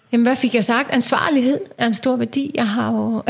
Jamen, hvad fik jeg sagt? Ansvarlighed er en stor værdi. Jeg har jo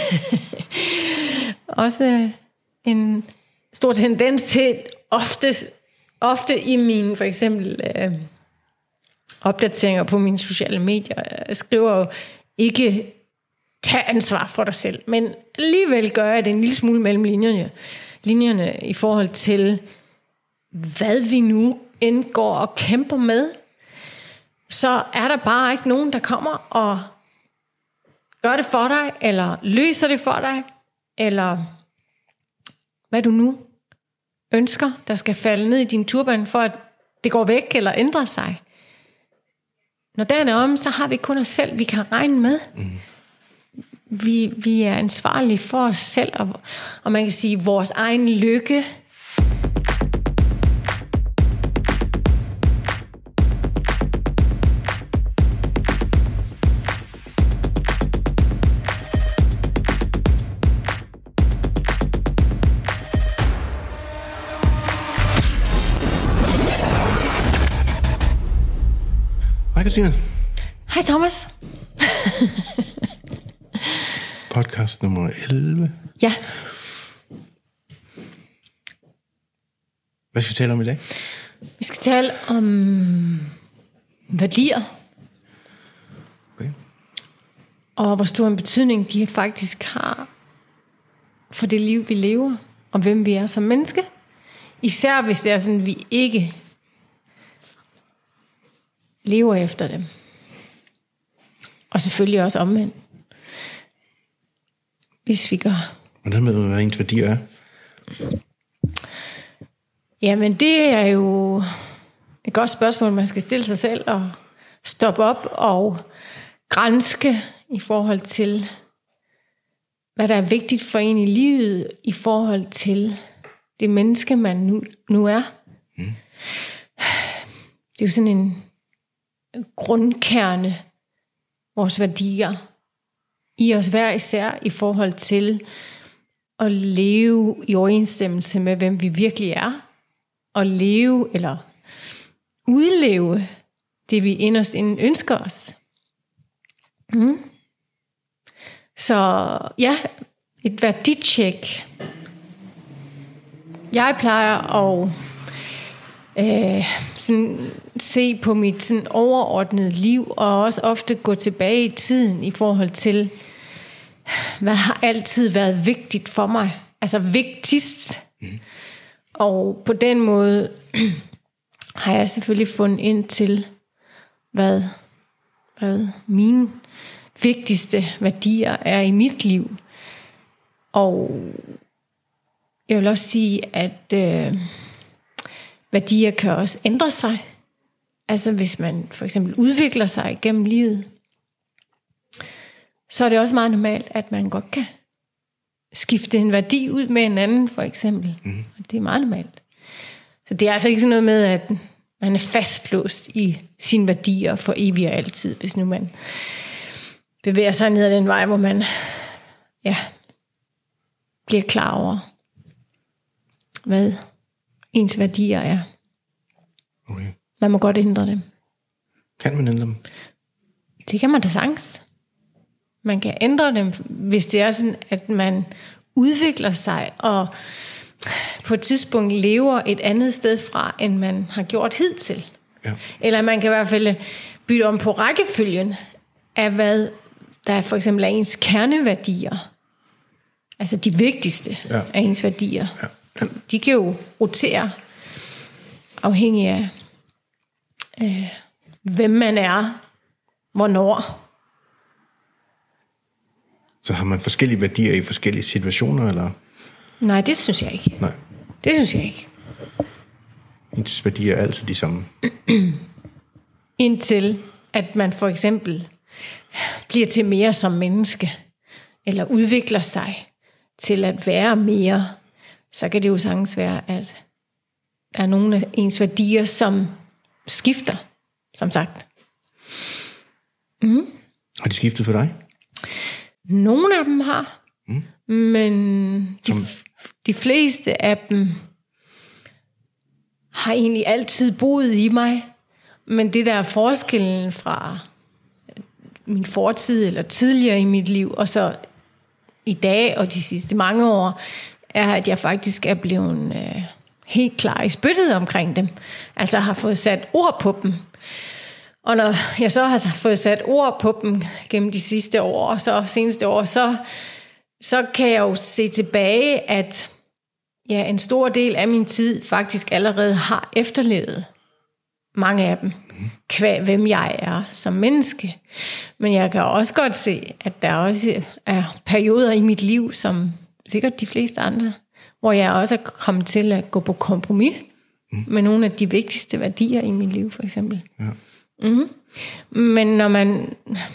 også en stor tendens til ofte i mine, for eksempel, opdateringer på mine sociale medier. Jeg skriver jo ikke, tag ansvar for dig selv, men alligevel gør jeg det en lille smule mellem linjerne i forhold til, hvad vi nu indgår og kæmper med. Så er der bare ikke nogen, der kommer og gør det for dig, eller løser det for dig, eller hvad du nu ønsker, der skal falde ned i din turban, for at det går væk eller ændrer sig. Når dagen er om, så har vi kun os selv, vi kan regne med. Vi er ansvarlige for os selv, og man kan sige, vores egen lykke. Hej Christina. Hej Thomas. Podcast nummer 11. Ja. Hvad skal vi tale om i dag? Vi skal tale om værdier. Okay. Og hvor stor en betydning de faktisk har for det liv, vi lever, og hvem vi er som menneske. Især hvis det er sådan, at vi ikke lever efter dem. Og selvfølgelig også omvendt. Hvis vi gør. Hvordan med, hvad ens værdier er? Jamen, det er jo et godt spørgsmål, man skal stille sig selv og stoppe op og granske i forhold til, hvad der er vigtigt for en i livet, i forhold til det menneske, man nu er. Det er jo sådan en grundkerne, vores værdier, i os hver især, i forhold til at leve i overensstemmelse med, hvem vi virkelig er, og leve eller udleve det, vi inderst inden ønsker os. Så ja, et værditjek. Jeg plejer at sådan se på mit sådan overordnede liv, og også ofte gå tilbage i tiden i forhold til, hvad har altid været vigtigt for mig. Altså vigtigst. Og på den måde har jeg selvfølgelig fundet ind til, hvad mine vigtigste værdier er i mit liv. Og jeg vil også sige, at værdier kan også ændre sig. Altså hvis man for eksempel udvikler sig gennem livet, så er det også meget normalt, at man godt kan skifte en værdi ud med en anden, for eksempel. Og det er meget normalt. Så det er altså ikke sådan noget med, at man er fastlåst i sine værdier for evigt og altid, hvis nu man bevæger sig ned ad den vej, hvor man bliver klar over, hvad ens værdier er. Okay. Man må godt ændre dem. Kan man ændre dem? Det kan man da sagtens. Man kan ændre dem, hvis det er sådan, at man udvikler sig, og på et tidspunkt lever et andet sted fra, end man har gjort hidtil. Ja. Eller man kan i hvert fald bytte om på rækkefølgen af, hvad der for eksempel er ens kerneværdier. Altså de vigtigste af ens værdier. Ja. De kan jo rotere afhængig af hvem man er, hvornår. Så har man forskellige værdier i forskellige situationer, eller? Nej, det synes jeg ikke. Nej. Det synes jeg ikke. Ens værdier er altid de samme. Indtil at man for eksempel bliver til mere som menneske, eller udvikler sig til at være mere, så kan det jo sagtens være, at der er nogle af ens værdier, som skifter, som sagt. Har de skiftet for dig? Nogle af dem har, men de fleste af dem har egentlig altid boet i mig. Men det der er forskellen fra min fortid eller tidligere i mit liv, og så i dag og de sidste mange år, er, at jeg faktisk er blevet helt klar i spyttet omkring dem. Altså har fået sat ord på dem. Og når jeg så har fået sat ord på dem gennem de sidste år, og så seneste år, så kan jeg jo se tilbage, at en stor del af min tid faktisk allerede har efterlevet mange af dem, qua hvem jeg er som menneske. Men jeg kan også godt se, at der også er perioder i mit liv, som sikkert de fleste andre, hvor jeg også er kommet til at gå på kompromis med nogle af de vigtigste værdier i mit liv, for eksempel. Ja. Mm-hmm. Men når man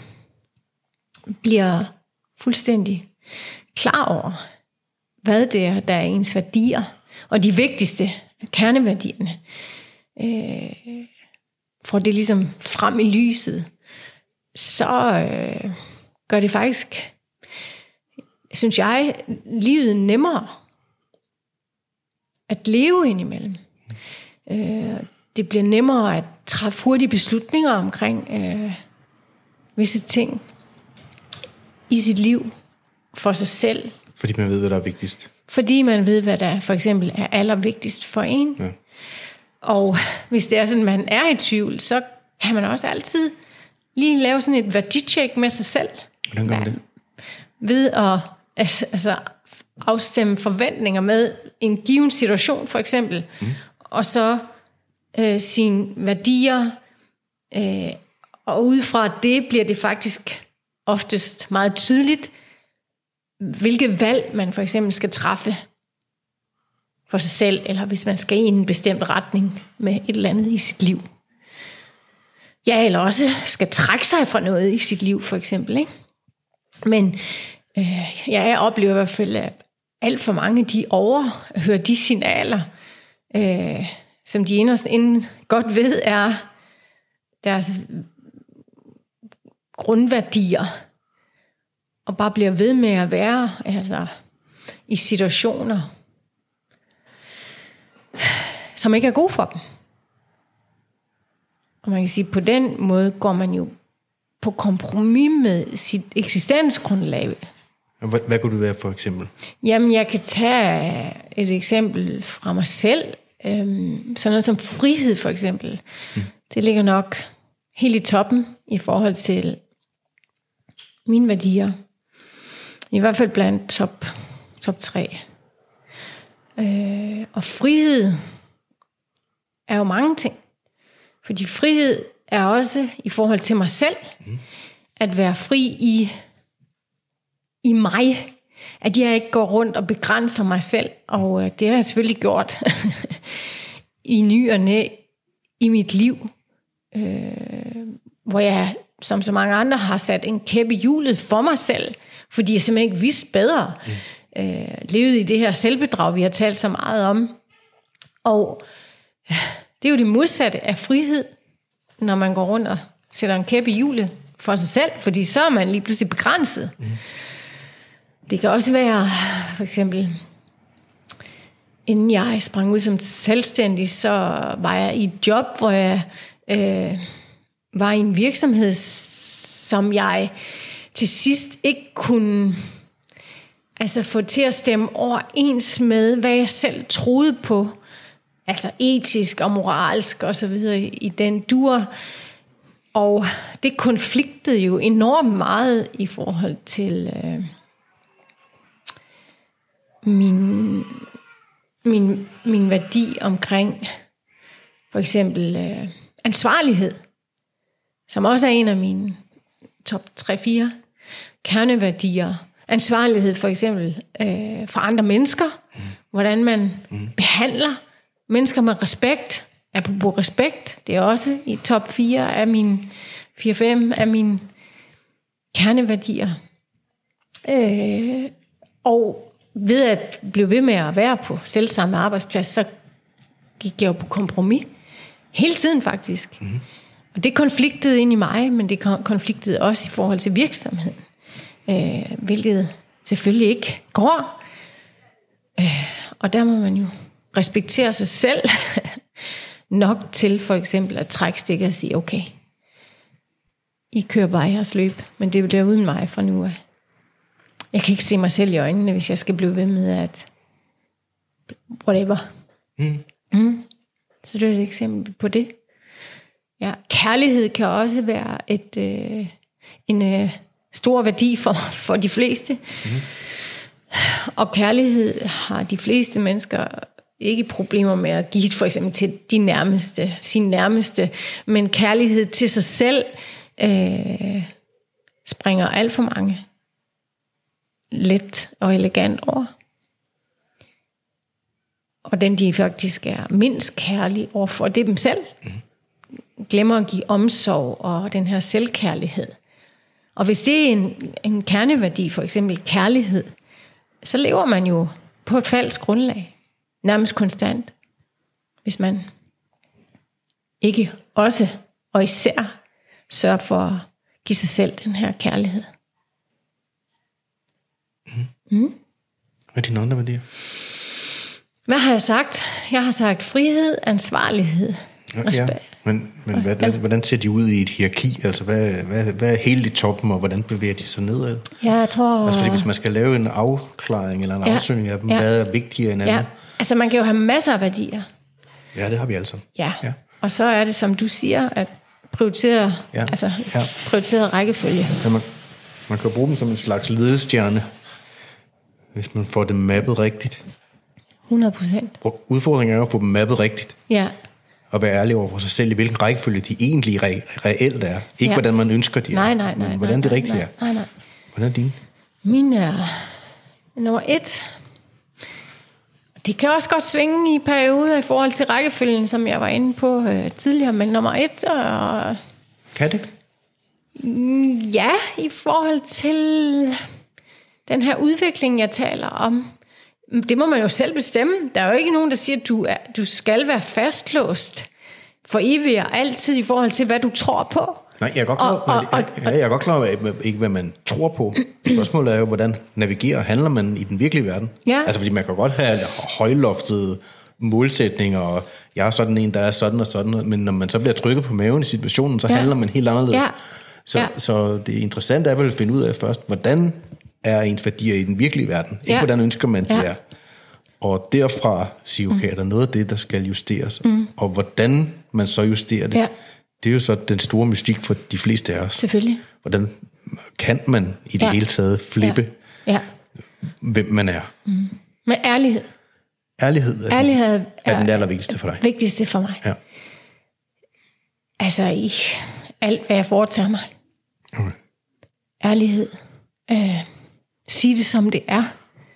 bliver fuldstændig klar over, hvad det er, der er ens værdier, og de vigtigste kerneværdierne, får det ligesom frem i lyset, så gør det faktisk, synes jeg, livet nemmere at leve indimellem. Det bliver nemmere at træffe hurtige beslutninger omkring visse ting i sit liv for sig selv. Fordi man ved, hvad der er vigtigst. Fordi man ved, hvad der for eksempel er allervigtigst for en. Ja. Og hvis det er sådan, man er i tvivl, så kan man også altid lige lave sådan et værditjek med sig selv. Hvordan gør man det? Ved at afstemme forventninger med en given situation, for eksempel. Og så sine værdier. Og ud fra det bliver det faktisk oftest meget tydeligt, hvilket valg man for eksempel skal træffe for sig selv, eller hvis man skal i en bestemt retning med et eller andet i sit liv. Ja, eller også skal trække sig fra noget i sit liv, for eksempel. Ikke? Men jeg oplever i hvert fald, at alt for mange, de overhører de signaler, som de inderst inden godt ved er deres grundværdier, og bare bliver ved med at være i situationer, som ikke er gode for dem. Og man kan sige, at på den måde går man jo på kompromis med sit eksistensgrundlag. Hvad kunne det være for eksempel? Jamen, jeg kan tage et eksempel fra mig selv. Sådan noget som frihed for eksempel. Det ligger nok helt i toppen i forhold til mine værdier. I hvert fald blandt top 3. Og frihed er jo mange ting. Fordi frihed er også i forhold til mig selv. At være fri i mig. At jeg ikke går rundt og begrænser mig selv. Og det har jeg selvfølgelig gjort i ny og næ i mit liv. Hvor jeg, som så mange andre, har sat en kæppe i hjulet for mig selv. Fordi jeg simpelthen ikke vidste bedre. Levede i det her selvbedrag, vi har talt så meget om. Og det er jo det modsatte af frihed, når man går rundt og sætter en kæppe i hjulet for sig selv. Fordi så er man lige pludselig begrænset. Det kan også være, for eksempel, inden jeg sprang ud som selvstændig, så var jeg i et job, hvor jeg var i en virksomhed, som jeg til sidst ikke kunne få til at stemme overens med, hvad jeg selv troede på, altså etisk og moralsk og så videre i den dur. Og det konfliktede jo enormt meget i forhold til min værdi omkring for eksempel ansvarlighed, som også er en af mine top 3-4 kerneværdier. Ansvarlighed for eksempel for andre mennesker, hvordan man behandler mennesker med respekt. Apropos respekt, det er også i top 4 af mine 4-5 af mine kerneværdier. Og ved at blive ved med at være på selvsamme arbejdsplads, så gik jeg jo på kompromis. Hele tiden faktisk. Og det konfliktede ind i mig, men det konfliktede også i forhold til virksomheden. Hvilket selvfølgelig ikke går. Og der må man jo respektere sig selv nok til for eksempel at trække stikket og sige, okay, I kører bare jeres løb, men det bliver uden mig fra nu af. Jeg kan ikke se mig selv i øjnene, hvis jeg skal blive ved med at whatever. Så det er et eksempel på det. Ja, kærlighed kan også være en stor værdi for de fleste. Og kærlighed har de fleste mennesker ikke problemer med at give, for eksempel til sin nærmeste, men kærlighed til sig selv springer alt for mange let og elegant over. Og den, de faktisk er mindst kærlige overfor, det er dem selv. Glemmer at give omsorg og den her selvkærlighed. Og hvis det er en kerneværdi, for eksempel kærlighed, så lever man jo på et falsk grundlag. Nærmest konstant. Hvis man ikke også og især sørger for at give sig selv den her kærlighed. Hvad er dine andre værdier? Hvad har jeg sagt? Jeg har sagt frihed, ansvarlighed. Ja. Men hvordan ser de ud i et hierarki? Altså, hvad er helt i toppen, og hvordan bevæger de sig nedad? Ja, jeg tror... Altså, fordi hvis man skal lave en afklaring eller en afsøgning af dem, hvad er vigtigere end andet? Ja, altså man kan jo have masser af værdier. Ja, det har vi alle sammen. Ja, og så er det, som du siger, at prioritere rækkefølge. Ja, man kan bruge dem som en slags ledestjerne, hvis man får det mappet rigtigt. 100%. Udfordringen er jo at få dem mappet rigtigt. Ja. Og være ærlig over for sig selv, i hvilken rækkefølge de egentlig reelt er. Ikke hvordan man ønsker, de er. Nej, men hvordan det rigtigt er. Nej. Hvordan er din? Min er nummer 1. Det kan også godt svinge i perioder i forhold til rækkefølgen, som jeg var inde på tidligere. Men nummer 1... Kan det? Ja, i forhold til den her udvikling, jeg taler om. Det må man jo selv bestemme. Der er jo ikke nogen, der siger, at du skal være fastlåst for evigt og altid i forhold til, hvad du tror på. Nej, jeg er godt klar over, ikke hvad man tror på. Spørgsmålet er jo, hvordan navigerer og handler man i den virkelige verden? Ja. Altså, fordi man kan godt have højloftede målsætninger, og jeg er sådan en, der er sådan og sådan, men når man så bliver trykket på maven i situationen, så handler man helt anderledes. Så det interessante er vel at finde ud af først, hvordan er ens værdier i den virkelige verden. Ikke hvordan ønsker man det er. Og derfra sige, okay, er der noget af det, der skal justeres? Og hvordan man så justerer det, det er jo så den store mystik for de fleste af os. Selvfølgelig. Hvordan kan man i det hele taget flippe, hvem man er? Med ærlighed. Ærlighed er den allervigtigste for dig. Vigtigste for mig. Ja. Altså i alt, hvad jeg foretager mig. Okay. Ærlighed. Sige det, som det er.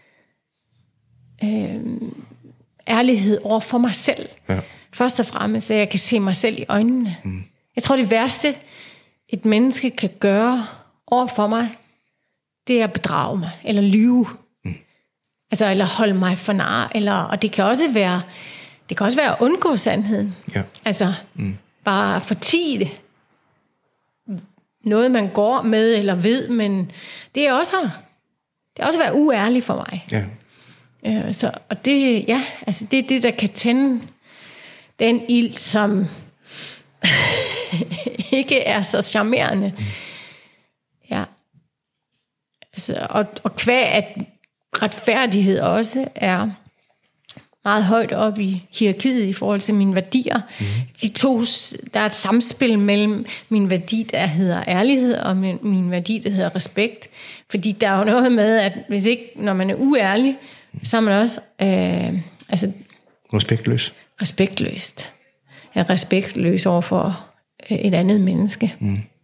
Ærlighed over for mig selv. Ja. Først og fremmest, at jeg kan se mig selv i øjnene. Jeg tror, det værste, et menneske kan gøre over for mig, det er at bedrage mig, eller lyve. Altså, eller holde mig for nar, og det kan også være at undgå sandheden. Ja. Altså, bare fortie det. Noget, man går med eller ved, men det er også at være uærlig for mig. Ja. Og det, altså det er det, der kan tænde den ild, som ikke er så charmerende. Ja. Altså, og kvæg at retfærdighed også er meget højt op i hierarkiet i forhold til mine værdier. De to, der er et samspil mellem min værdi, der hedder ærlighed, og min værdi, der hedder respekt. Fordi der er jo noget med, at hvis ikke, når man er uærlig, så er man også respektløst. Jeg er respektløs over for et andet menneske.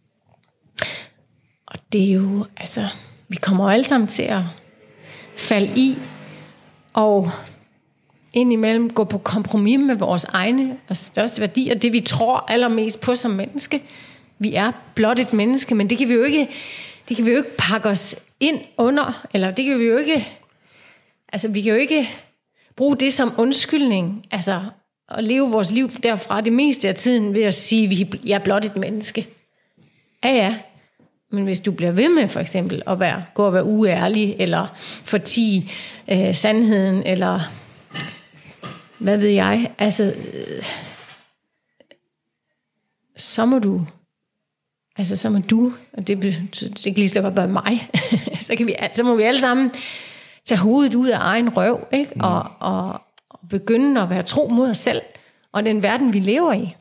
Og det er jo, altså, vi kommer alle sammen til at falde i, og indimellem gå på kompromis med vores egne og største værdier, det vi tror allermest på som menneske. Vi er blot et menneske, men det kan vi jo ikke pakke os ind under, eller det kan vi jo ikke, altså vi kan jo ikke bruge det som undskyldning, altså at leve vores liv derfra det meste af tiden ved at sige, at jeg er blot et menneske. Ja. Men hvis du bliver ved med for eksempel at gå og være uærlig, eller fortie sandheden, eller hvad ved jeg, altså så må du altså så må du, og det kan lige så godt være mig, så må vi alle sammen tage hovedet ud af egen røv, ikke? Og begynde at være tro mod os selv, og den verden, vi lever i.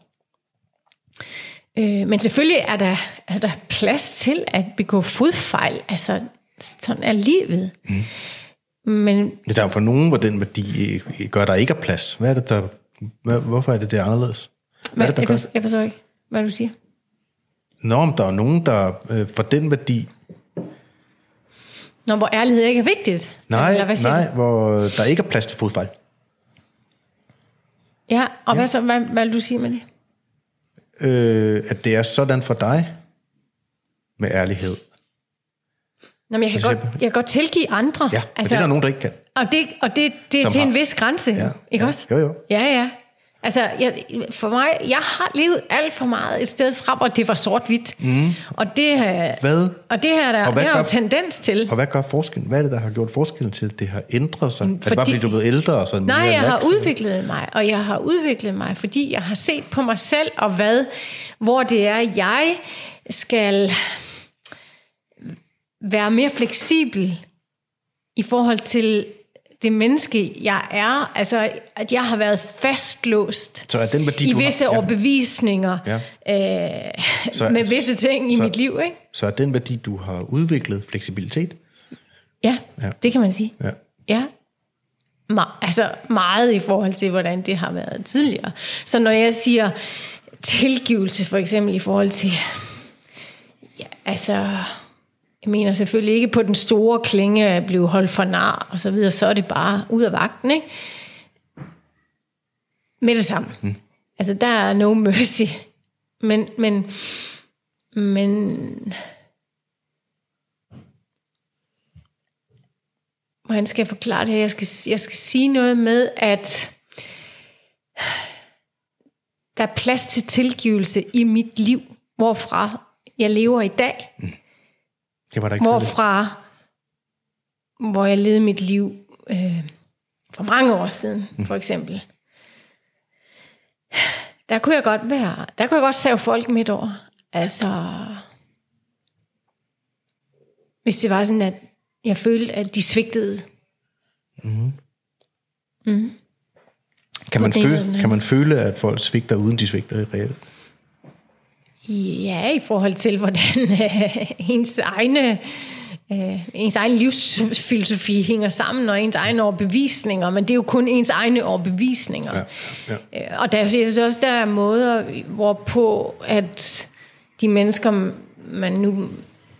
Men selvfølgelig er der plads til at begå fodfejl, altså sådan er livet. Men der er for nogen, hvor den værdi gør, der ikke er plads. Hvad er det, der... Hvorfor er det anderledes? Jeg forstår ikke, hvad du siger. Nå, om der er nogen, der for den værdi... Nå, hvor ærlighed ikke er vigtigt? Nej, hvor der ikke er plads til fodfejl. Ja, og hvad vil du sige med det? At det er sådan for dig med ærlighed. Nå, men jeg kan godt tilgive andre. Ja, altså, det er der nogen, der ikke kan. Og det er til en vis grænse, ikke også? Jo. Ja. Altså, for mig, jeg har levet alt for meget et sted fra, hvor det var sort-hvidt. Og det her, der er jo tendens til. Og hvad gør forskellen? Hvad er det, der har gjort forskellen til, at det har ændret sig? Er det bare, fordi du er blevet ældre? Og sådan nej, jeg har udviklet mig, og jeg har udviklet mig, fordi jeg har set på mig selv, og hvor det er, jeg skal være mere fleksibel i forhold til det menneske, jeg er. Altså, at jeg har været fastlåst så er den værdi, i visse overbevisninger med visse ting i mit liv. Ikke? Så er den værdi, du har udviklet, fleksibilitet? Ja, det kan man sige. Ja. Altså meget i forhold til, hvordan det har været tidligere. Så når jeg siger tilgivelse, for eksempel i forhold til... Ja, altså... Jeg mener selvfølgelig ikke på den store klinge at blive holdt for nar og så videre, så er det bare ud af vagten, ikke? Med det samme. Altså, der er no mercy. Men hvordan skal jeg forklare det her? Jeg skal sige noget med, at der er plads til tilgivelse i mit liv, hvorfra jeg lever i dag. Det var der ikke hvor jeg levede mit liv for mange år siden, for eksempel. Der kunne jeg godt save folk midt over. Altså, hvis det var sådan, at jeg følte, at de svigtede. Kan man føle, at folk svigter, uden de svigter i reelt? Ja, i forhold til, hvordan ens egen livsfilosofi hænger sammen, og ens egne overbevisninger, men det er jo kun ens egne overbevisninger. Ja. Og jeg synes også, der er måder, hvorpå at de mennesker, man nu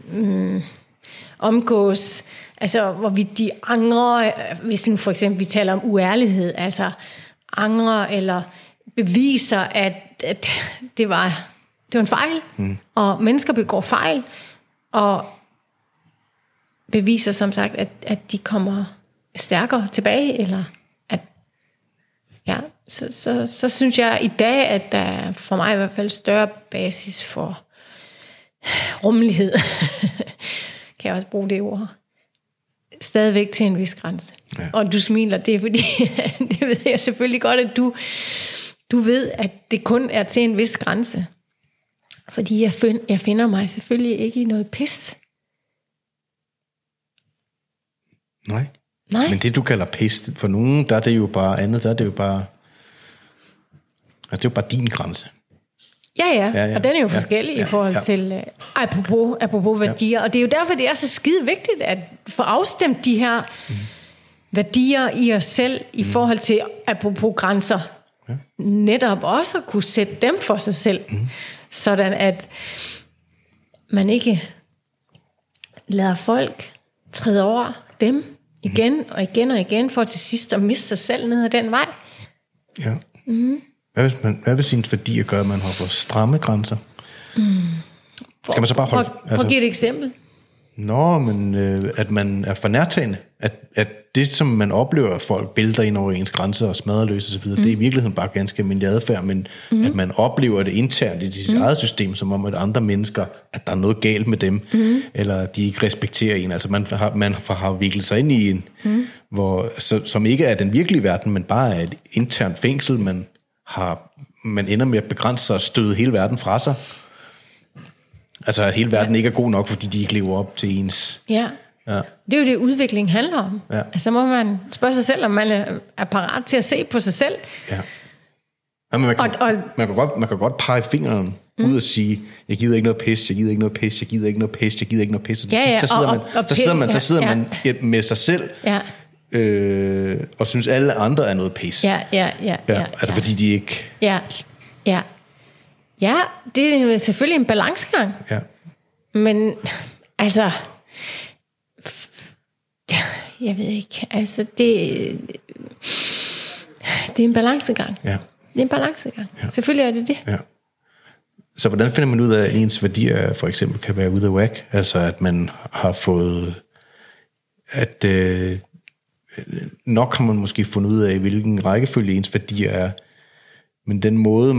omgås, altså hvorvidt de angrer, hvis nu for eksempel vi taler om uærlighed, altså angrer eller beviser, at det var en fejl, og mennesker begår fejl, og beviser som sagt, at de kommer stærkere tilbage, eller at, ja, så synes jeg i dag, at der er for mig i hvert fald større basis for rummelighed, kan jeg også bruge det ord, stadigvæk til en vis grænse. Ja. Og du smiler, det er fordi, det ved jeg selvfølgelig godt, at du ved, at det kun er til en vis grænse. Fordi jeg finder mig selvfølgelig ikke i noget pis. Nej. Men det du kalder pis, for nogen, der er det jo bare andet, der er det jo bare, det er jo bare din grænse. Ja. Og den er jo forskellig i forhold til, apropos værdier. Og det er jo derfor, det er så skide vigtigt, at få afstemt de her værdier i os selv, i forhold til, apropos grænser. Ja. Netop også at kunne sætte dem for sig selv. Sådan at man ikke lader folk træde over dem igen og igen og igen, for til sidst at miste sig selv ned ad den vej. Ja. Hvad vil sine værdier gøre, at man har for stramme grænser? Skal man så bare holde... Prøv at give et eksempel. Nå, men at man er for nærtagende. At det, som man oplever, at folk vælter ind over ens grænser og smadrer løs og så videre, det er i virkeligheden bare ganske almindelig adfærd, men at man oplever det internt i sit eget system, som om at andre mennesker, at der er noget galt med dem, eller de ikke respekterer en. Altså man har viklet sig ind i en, som ikke er den virkelige verden, men bare er et internt fængsel, man ender med at begrænse sig og støde hele verden fra sig. Altså, at hele verden ikke er god nok, fordi de ikke lever op til ens... Ja. Ja. Det er jo det, udvikling handler om. Ja. Altså må man spørge sig selv, om man er parat til at se på sig selv. Ja. Ja, men man kan godt pege fingeren ud og sige, jeg gider ikke noget pis, jeg gider ikke noget pis, jeg gider ikke noget pis, jeg gider ikke noget pis. Så sidder man med sig selv, og synes alle andre er noget pis. Altså fordi de ikke... Ja, det er selvfølgelig en balancegang. Ja. Men altså... Jeg ved ikke, altså det er en balancegang. Ja. Det er en balancegang. Ja. Selvfølgelig er det det. Ja. Så hvordan finder man ud af, at ens værdier for eksempel kan være ude af whack? Altså at man har fået, at nok har man måske fundet ud af, hvilken rækkefølge ens værdier er, men den måde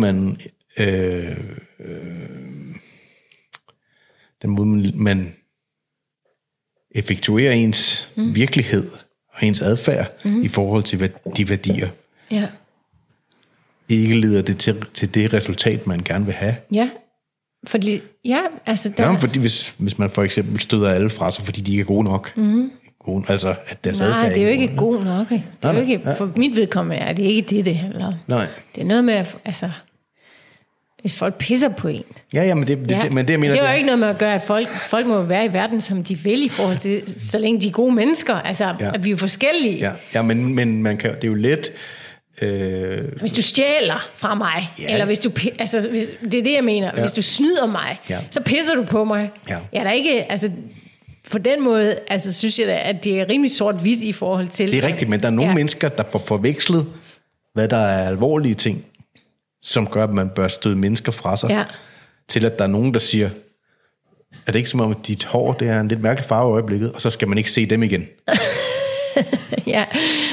man effektuerer ens virkelighed og ens adfærd i forhold til de værdier. Ja. Ikke leder det til det resultat, man gerne vil have. Ja, fordi fordi hvis man for eksempel støder alle fra sig, fordi de ikke er gode nok. Altså, at deres adfærd det er jo ikke god nok. Det er jo ikke, for mit vedkommende er det ikke det handler om. Nej. Det er noget med, altså, hvis folk pisser på en. Men det mener det er jo ikke noget med at gøre, at folk må være i verden, som de vil, i forhold til, så længe de er gode mennesker. Altså, at vi er forskellige. Ja, men man kan, det er jo let... Hvis du stjæler fra mig, eller hvis du... det er det, jeg mener. Hvis du snyder mig, så pisser du på mig. Jeg er da ikke... Altså, på den måde, altså, synes jeg da, at det er rimelig sort-hvidt i forhold til... Det er rigtigt, men der er nogle mennesker, der får forvekslet, hvad der er alvorlige ting, som gør, at man bør støde mennesker fra sig, til at der er nogen, der siger, er det ikke som om, at dit hår, det er en lidt mærkelig farve i øjeblikket, og så skal man ikke se dem igen. Ja.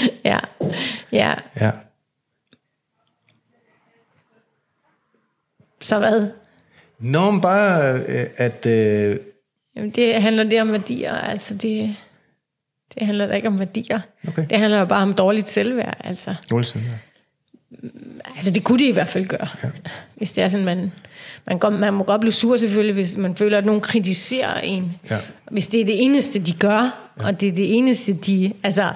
Så hvad? Nå, men bare at... Jamen, det handler det om værdier, altså det handler da ikke om værdier. Okay. Det handler jo bare om dårligt selvværd, altså. Dårligt selvværd. Altså det kunne de i hvert fald gøre. Ja. Hvis det er sådan, man må godt blive sur selvfølgelig, hvis man føler, at nogen kritiserer en. Ja. Hvis det er det eneste, de gør, og det er det eneste, de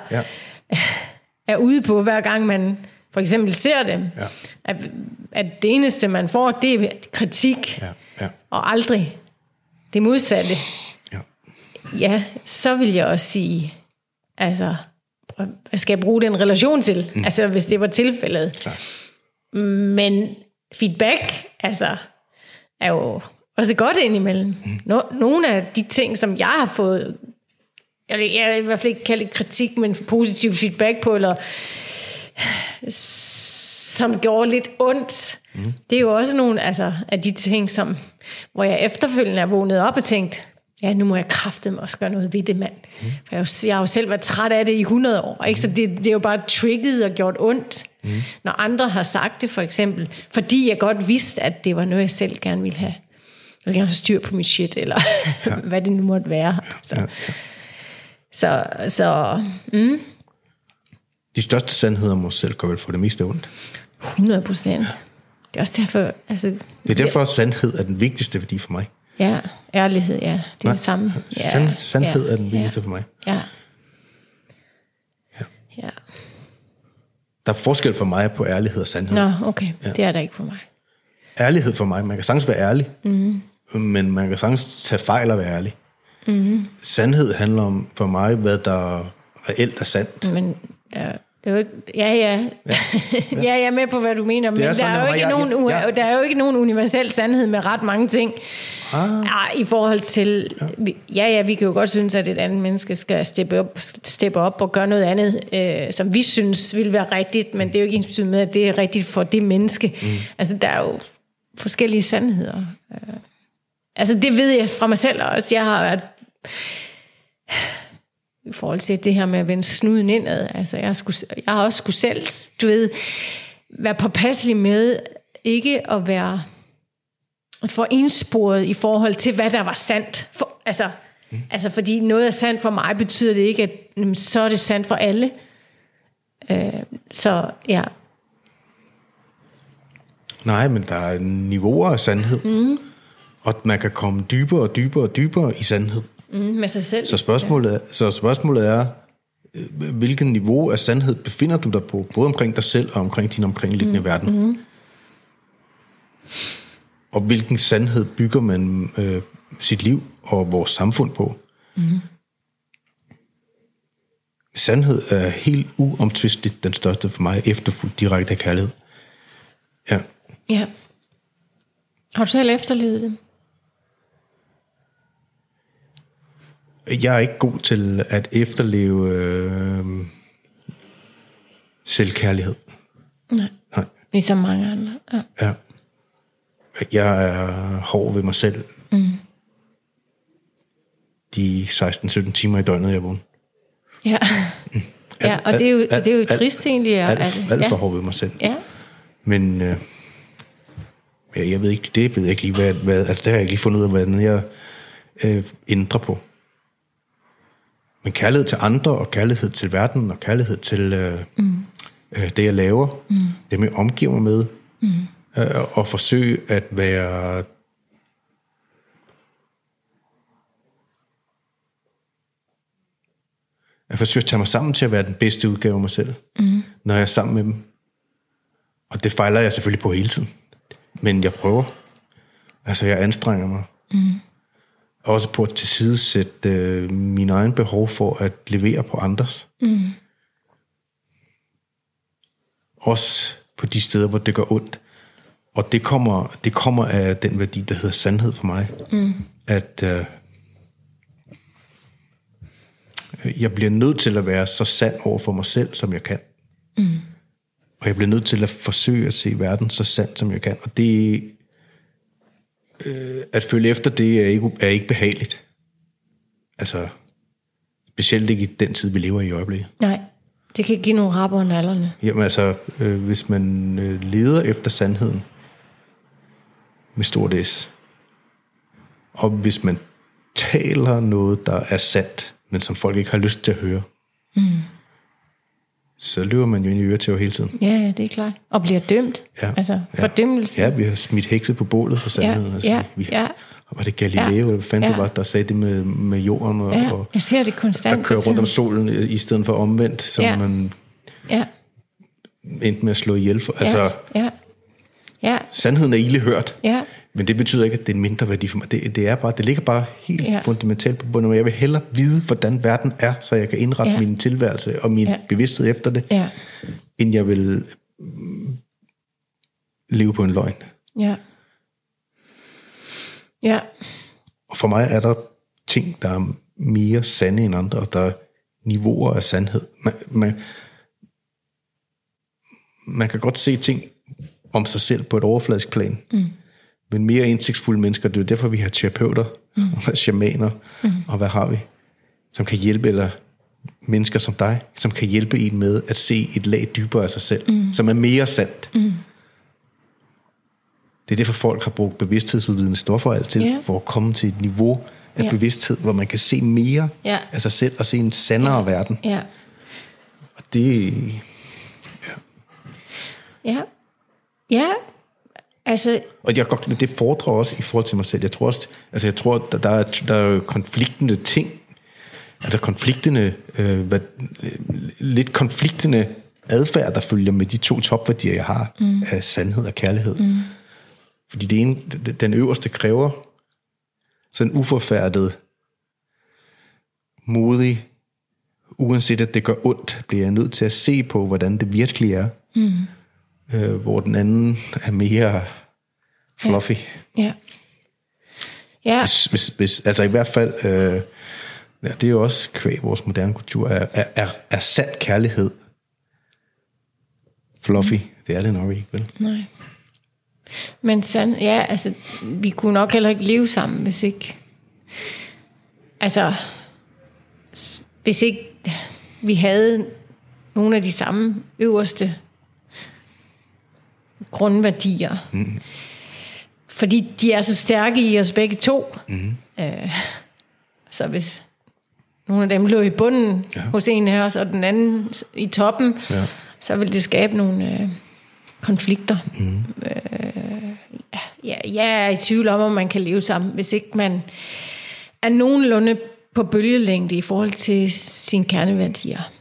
er ude på, hver gang man for eksempel ser dem. Ja. At det eneste, man får, det er kritik, og aldrig det modsatte. Ja, så vil jeg også sige, altså... Hvad skal jeg bruge den relation til? Altså, hvis det var tilfældet. Klar. Men feedback, altså, er jo også godt indimellem. Nogle af de ting, som jeg har fået, jeg vil i hvert fald ikke kalde det kritik, men positiv feedback på, eller som gjorde lidt ondt, det er jo også nogle af de ting, hvor jeg efterfølgende er vågnet op og tænkt, ja, nu må jeg kraftedeme også gøre noget ved det, mand. For jeg har jo selv været træt af det i 100 år, ikke? Så det er jo bare trigget og gjort ondt, når andre har sagt det, for eksempel. Fordi jeg godt vidste, at det var noget, jeg selv gerne ville have. Jeg ville gerne have styr på mit shit, eller hvad det nu måtte være. Så De største sandheder om os selv går vel for det meste ondt. 100%. Det er også derfor... Altså, det er derfor, at sandhed er den vigtigste værdi for mig. Ja, ærlighed, det er det samme. Sandhed er den vigtigste for mig. Ja. Der er forskel for mig på ærlighed og sandhed. Nå, okay. Det er der ikke for mig. Ærlighed for mig, man kan sagtens være ærlig, men man kan sagtens tage fejl og være ærlig. Sandhed handler om for mig, hvad der reelt er sandt. Men det er jo, jeg er med på, hvad du mener, men der er jo ikke nogen universel sandhed med ret mange ting. I forhold til, vi kan jo godt synes, at et andet menneske skal steppe op og gøre noget andet, som vi synes ville være rigtigt, men det er jo ikke ensbetydende med, at det er rigtigt for det menneske. Altså, der er jo forskellige sandheder. Altså, det ved jeg fra mig selv også. Jeg har været... I forhold til det her med at vende snuden indad. Altså, jeg har også skulle selv, være påpasselig med ikke at være for ensporet i forhold til, hvad der var sandt. Altså, fordi noget er sandt for mig, betyder det ikke, at så er det sandt for alle. Nej, men der er niveauer af sandhed. Og man kan komme dybere og dybere og dybere i sandhed. Med sig selv. Så spørgsmålet er, hvilket niveau af sandhed befinder du dig på, både omkring dig selv og omkring din omkringliggende verden. Og hvilken sandhed bygger man sit liv og vores samfund på. Sandhed er helt uomtvisteligt den største for mig, efterfulgt direkte af kærlighed. Ja. Har du selv efterlevet det? Jeg er ikke god til at efterleve selvkærlighed. Nej. Ligesom mange andre. Ja. Jeg er hård ved mig selv. De 16-17 timer i døgnet, jeg vågner. Ja, og det er jo trist egentlig. Alt for hård ved mig selv. Ja. Men jeg ved ikke, det ved jeg ikke lige, hvad altså det har jeg ikke lige fundet ud af, hvordan jeg ændrer på. Men kærlighed til andre, og kærlighed til verden, og kærlighed til det, jeg laver, det jeg omgiver mig med, og forsøge at være at forsøge at tage mig sammen til at være den bedste udgave af mig selv, når jeg er sammen med dem. Og det fejler jeg selvfølgelig på hele tiden. Men jeg prøver. Altså, jeg anstrenger mig. Også på at tilsidesætte min egen behov for at levere på andres. Også på de steder, hvor det gør ondt. Og det kommer af den værdi, der hedder sandhed for mig. At jeg bliver nødt til at være så sand over for mig selv, som jeg kan. Og jeg bliver nødt til at forsøge at se verden så sandt, som jeg kan. Og det at følge efter det er ikke behageligt. Altså, specielt ikke i den tid, vi lever i øjeblikket. Nej, det kan give nogle rap over nallerne. Jamen altså, hvis man leder efter sandheden med stort S, og hvis man taler noget, der er sandt, men som folk ikke har lyst til at høre, så løber man jo ind i øretæver hele tiden. Ja, det er klart. Og bliver dømt. Altså, fordømmelse. Ja, vi har smidt hekset på bålet for sandheden. Var det Galileo, eller hvad fanden det var, der sagde det med jorden? Og jeg ser det konstant. Der kører rundt om solen, i stedet for omvendt, som man endte med at slå ihjel for. Altså, sandheden er ilde hørt, men det betyder ikke, at det er en mindre værdi for mig. Det ligger bare helt fundamentalt på bunden, og jeg vil hellere vide, hvordan verden er, så jeg kan indrette min tilværelse og min bevidsthed efter det, end jeg vil leve på en løgn. Og for mig er der ting, der er mere sande end andre, og der er niveauer af sandhed. Man kan godt se ting om sig selv på et overfladisk plan, men mere indsigtsfulde mennesker, det er derfor, vi har terapeuter, og shamaner, og hvad har vi, som kan hjælpe, eller mennesker som dig, som kan hjælpe en med at se et lag dybere af sig selv, som er mere sandt. Det er derfor, folk har brugt bevidsthedsudvidende stoffer altid, for at komme til et niveau af bevidsthed, hvor man kan se mere af sig selv, og se en sandere verden. Og det... Altså... Og det fordrer også i forhold til mig selv. Jeg tror, der er konfliktende ting, altså lidt konfliktende adfærd, der følger med de to topværdier, jeg har, af sandhed og kærlighed. Fordi den øverste kræver sådan uforfærdet, modig, uanset at det gør ondt, bliver jeg nødt til at se på, hvordan det virkelig er. Hvor den anden er mere fluffy. Hvis, altså i hvert fald, det er jo også kvæg vores moderne kultur, er sand kærlighed fluffy. Det er det nok ikke, vel? Nej. Men altså, vi kunne nok heller ikke leve sammen, hvis ikke... Altså, hvis ikke vi havde nogle af de samme øverste grundværdier. Fordi de er så stærke i os begge to. Så hvis nogle af dem lå i bunden hos en af os, og den anden i toppen, så vil det skabe nogle konflikter jeg er i tvivl om man kan leve sammen, hvis ikke man er nogenlunde på bølgelængde i forhold til sine kerneværdier.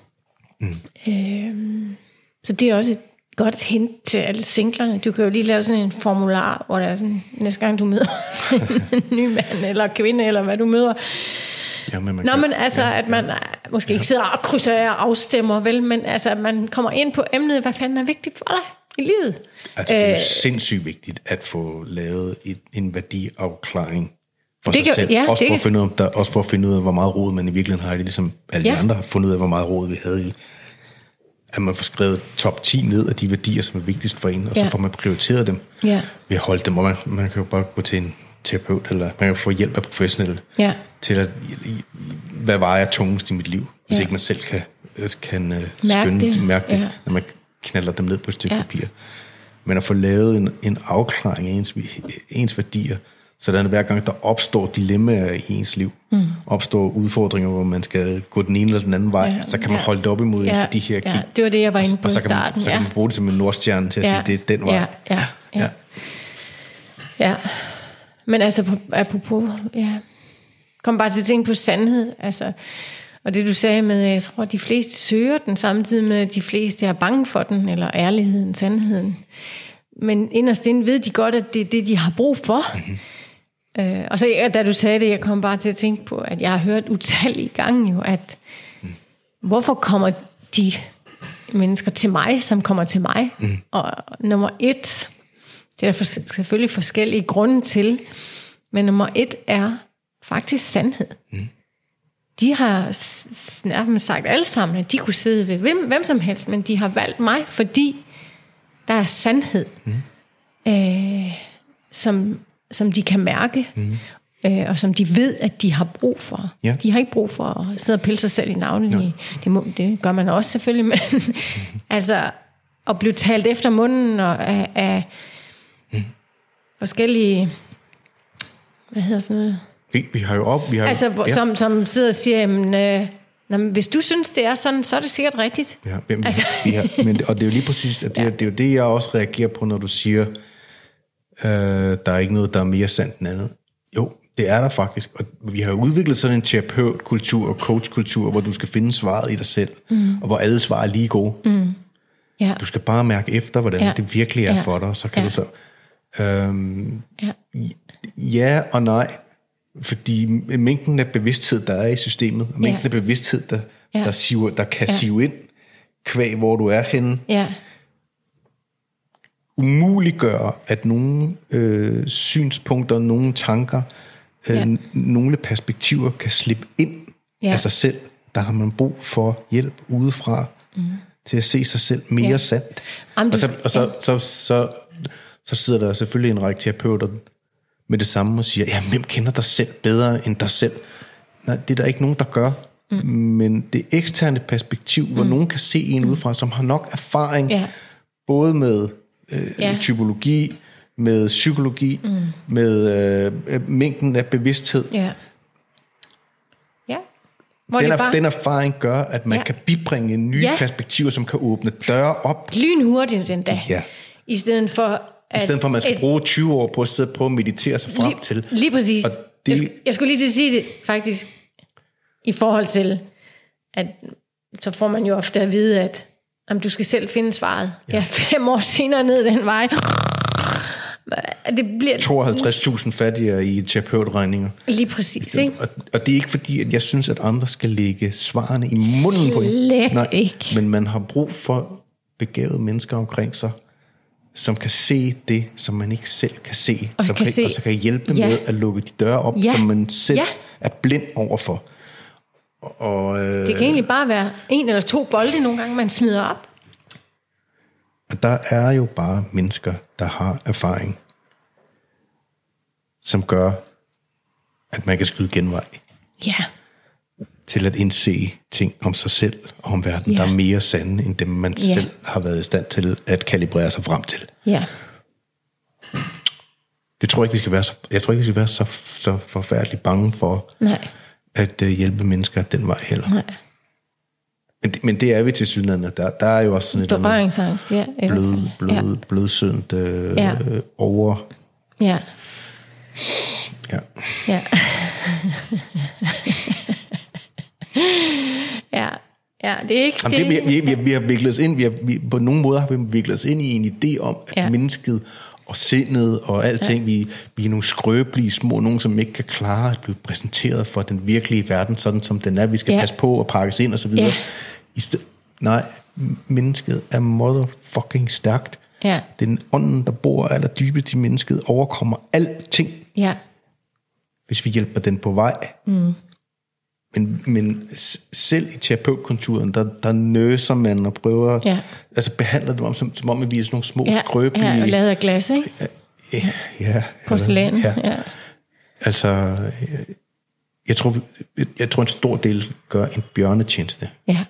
Så det er også et godt hint til alle singlerne. Du kan jo lige lave sådan en formular, hvor der er sådan, næste gang du møder en ny mand eller kvinde, eller hvad du møder. Ja, men at man måske ikke sidder og krydser og afstemmer, vel, men altså, at man kommer ind på emnet, hvad fanden er vigtigt for dig i livet. Altså, det er jo sindssygt vigtigt at få lavet en værdiafklaring for sig selv. Ja, også for at finde ud af, hvor meget rod man i virkeligheden har i det, ligesom alle de andre har fundet ud af, hvor meget rod vi havde i. At man får skrevet top 10 ned af de værdier, som er vigtigst for en, og så får man prioriteret dem. Ja. Vi har holdt dem, og man kan jo bare gå til en terapeut, eller man kan få hjælp af professionelle til at, hvad vejer tungest i mit liv, hvis ikke man selv kan mærke det, når man knalder dem ned på et stykke papir. Men at få lavet en afklaring af ens værdier, sådan hver gang der opstår dilemmaer i ens liv, opstår udfordringer, hvor man skal gå den ene eller den anden vej, så kan man holde det op imod ens værdihierarki. Ja, det var det, jeg var inde på i starten. Så kan man bruge det som en nordstjerne til at sige, det er den vej. Ja. Men altså, apropos, kom bare til at tænke på sandhed, altså, og det du sagde med, jeg tror, at de fleste søger den, samtidig med, at de fleste er bange for den, eller ærligheden, sandheden. Men inderst inde ved de godt, at det er det, de har brug for. Og så da du sagde det, jeg kom bare til at tænke på, at jeg har hørt utallige gange jo, at hvorfor kommer de mennesker til mig, som kommer til mig? Og nummer 1, det er der selvfølgelig forskellige grunde til, men nummer 1 er faktisk sandhed. De har nærmest sagt alle sammen, at de kunne sidde ved hvem som helst, men de har valgt mig, fordi der er sandhed, som de kan mærke, og som de ved, at de har brug for. Ja. De har ikke brug for at sidde og pille sig selv i navnet. Det gør man også selvfølgelig, men altså at blive talt efter munden og af forskellige, hvad hedder sådan noget? Vi har jo som sidder og siger, jamen, hvis du synes, det er sådan, så er det sikkert rigtigt. Ja, og det er jo lige præcis, at det er jo det, jeg også reagerer på, når du siger, der er ikke noget, der er mere sandt end andet. Jo, det er der faktisk. Og vi har udviklet sådan en terapeutkultur og coachkultur, hvor du skal finde svaret i dig selv, og hvor alle svar er lige gode. Ja. Du skal bare mærke efter, hvordan det virkelig er for dig, så kan du så... Ja og nej, fordi mængden af bevidsthed, der er i systemet, og mængden af bevidsthed, der kan sive ind, kvæg hvor du er henne, umuliggør, at nogle synspunkter, nogle tanker, nogle perspektiver kan slippe ind af sig selv. Der har man brug for hjælp udefra til at se sig selv mere sandt. Så sidder der selvfølgelig en række terapeuter med det samme og siger, ja, hvem kender dig selv bedre end dig selv? Nej, det er der ikke nogen, der gør. Men det eksterne perspektiv, hvor nogen kan se en udefra, som har nok erfaring, både med typologi, med psykologi, med mængden af bevidsthed. Den erfaring gør, at man kan bibringe nye perspektiver, som kan åbne døre op. Lynhurtigt endda. I stedet for at man skal bruge 20 år på at sidde og prøve at meditere sig frem til. Lige præcis. Jeg skulle lige til at sige det, faktisk, i forhold til, at så får man jo ofte at vide, at du skal selv finde svaret. 5 år senere ned den vej. Det bliver 52.000 fattigere i terapeutregninger. Lige præcis, ikke? Og det er ikke fordi, at jeg synes, at andre skal lægge svarene i munden på en. Slet ikke. Men man har brug for begavede mennesker omkring sig, som kan se det, som man ikke selv kan se. Og så kan hjælpe med at lukke de døre op, som man selv er blind overfor. Det kan egentlig bare være 1 eller 2 bolde nogle gange, man smider op. Og der er jo bare mennesker, der har erfaring, som gør, at man kan skyde genvej. Ja. Til at indse ting om sig selv og om verden, der er mere sande, end dem man selv har været i stand til at kalibrere sig frem til. Ja. Det tror jeg ikke, vi skal være så forfærdeligt bange for at hjælpe mennesker den vej heller. Nej. Men det er vi til synligheden. Der er jo også sådan et berøringsangst, blødsødent over Ja. Ja. Ja. Ja. Ja, det er ikke... Jamen, vi har viklet os ind, på nogle måder har vi viklet os ind i en idé om, at mennesket og sindet og alting, vi er nogle skrøbelige små, nogen som ikke kan klare at blive præsenteret for den virkelige verden, sådan som den er. Vi skal passe på og pakkes ind og så videre. Nej, mennesket er motherfucking stærkt. Ja. Den ånden, der bor allerdybest i mennesket, overkommer alting, hvis vi hjælper den på vej. Men selv i terapeutkulturen, der nøser man og prøver, altså behandler dem som om, at vi er sådan nogle små skrøbelige... Ja, og lavet af glas, ikke? Ja. Porcelæn, ja. Altså, jeg tror en stor del gør en bjørnetjeneste. Ja.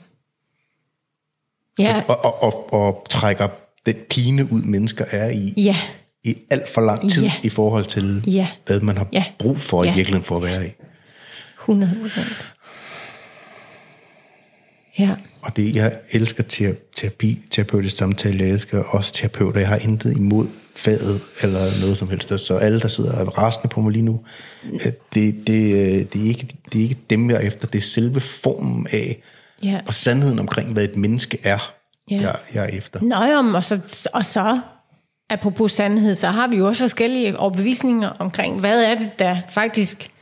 Ja. Og trækker den pine ud, mennesker er i alt for lang tid i forhold til, hvad man har brug for i virkeligheden for at være i. 100%. Ja. Og det, jeg elsker terapeutisk samtale, jeg elsker også terapeuter, jeg har intet imod faget eller noget som helst. Så alle, der sidder og er rasende på mig lige nu, det er ikke dem, jeg er efter. Det er selve formen af, og sandheden omkring, hvad et menneske er, jeg er efter. Nå, og så, apropos sandhed, så har vi jo også forskellige overbevisninger omkring, hvad er det, der faktisk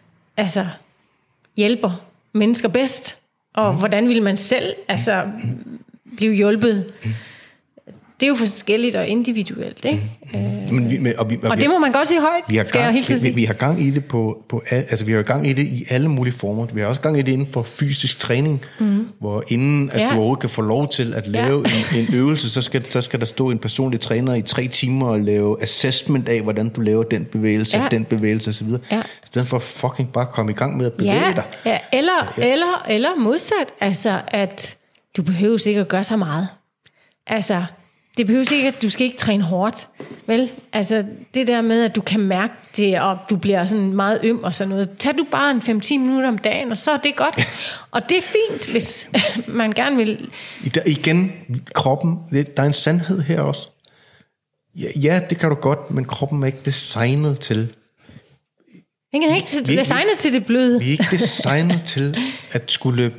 hjælper mennesker bedst, og hvordan vil man selv blive hjulpet. Det er jo forskelligt og individuelt, ikke? Og det må man godt sige højt, vi har gang i det vi har gang i det i alle mulige former. Vi har også gang i det inden for fysisk træning, hvor inden at du overhovedet kan få lov til at lave en øvelse, så skal der stå en personlig træner i 3 timer og lave assessment af, hvordan du laver den bevægelse osv. I stedet for fucking bare komme i gang med at bevæge dig. Ja. Eller modsat, at du behøver ikke at gøre så meget. Det behøver ikke, at du skal ikke træne hårdt, vel? Det der med, at du kan mærke det, og du bliver sådan meget øm og sådan noget. Tag du bare en 5-10 minutter om dagen, og så er det godt. Og det er fint, hvis man gerne vil... Igen, kroppen, der er en sandhed her også. Ja, det kan du godt, men kroppen er ikke designet til... Den er ikke designet til det bløde. Vi er ikke designet til at skulle...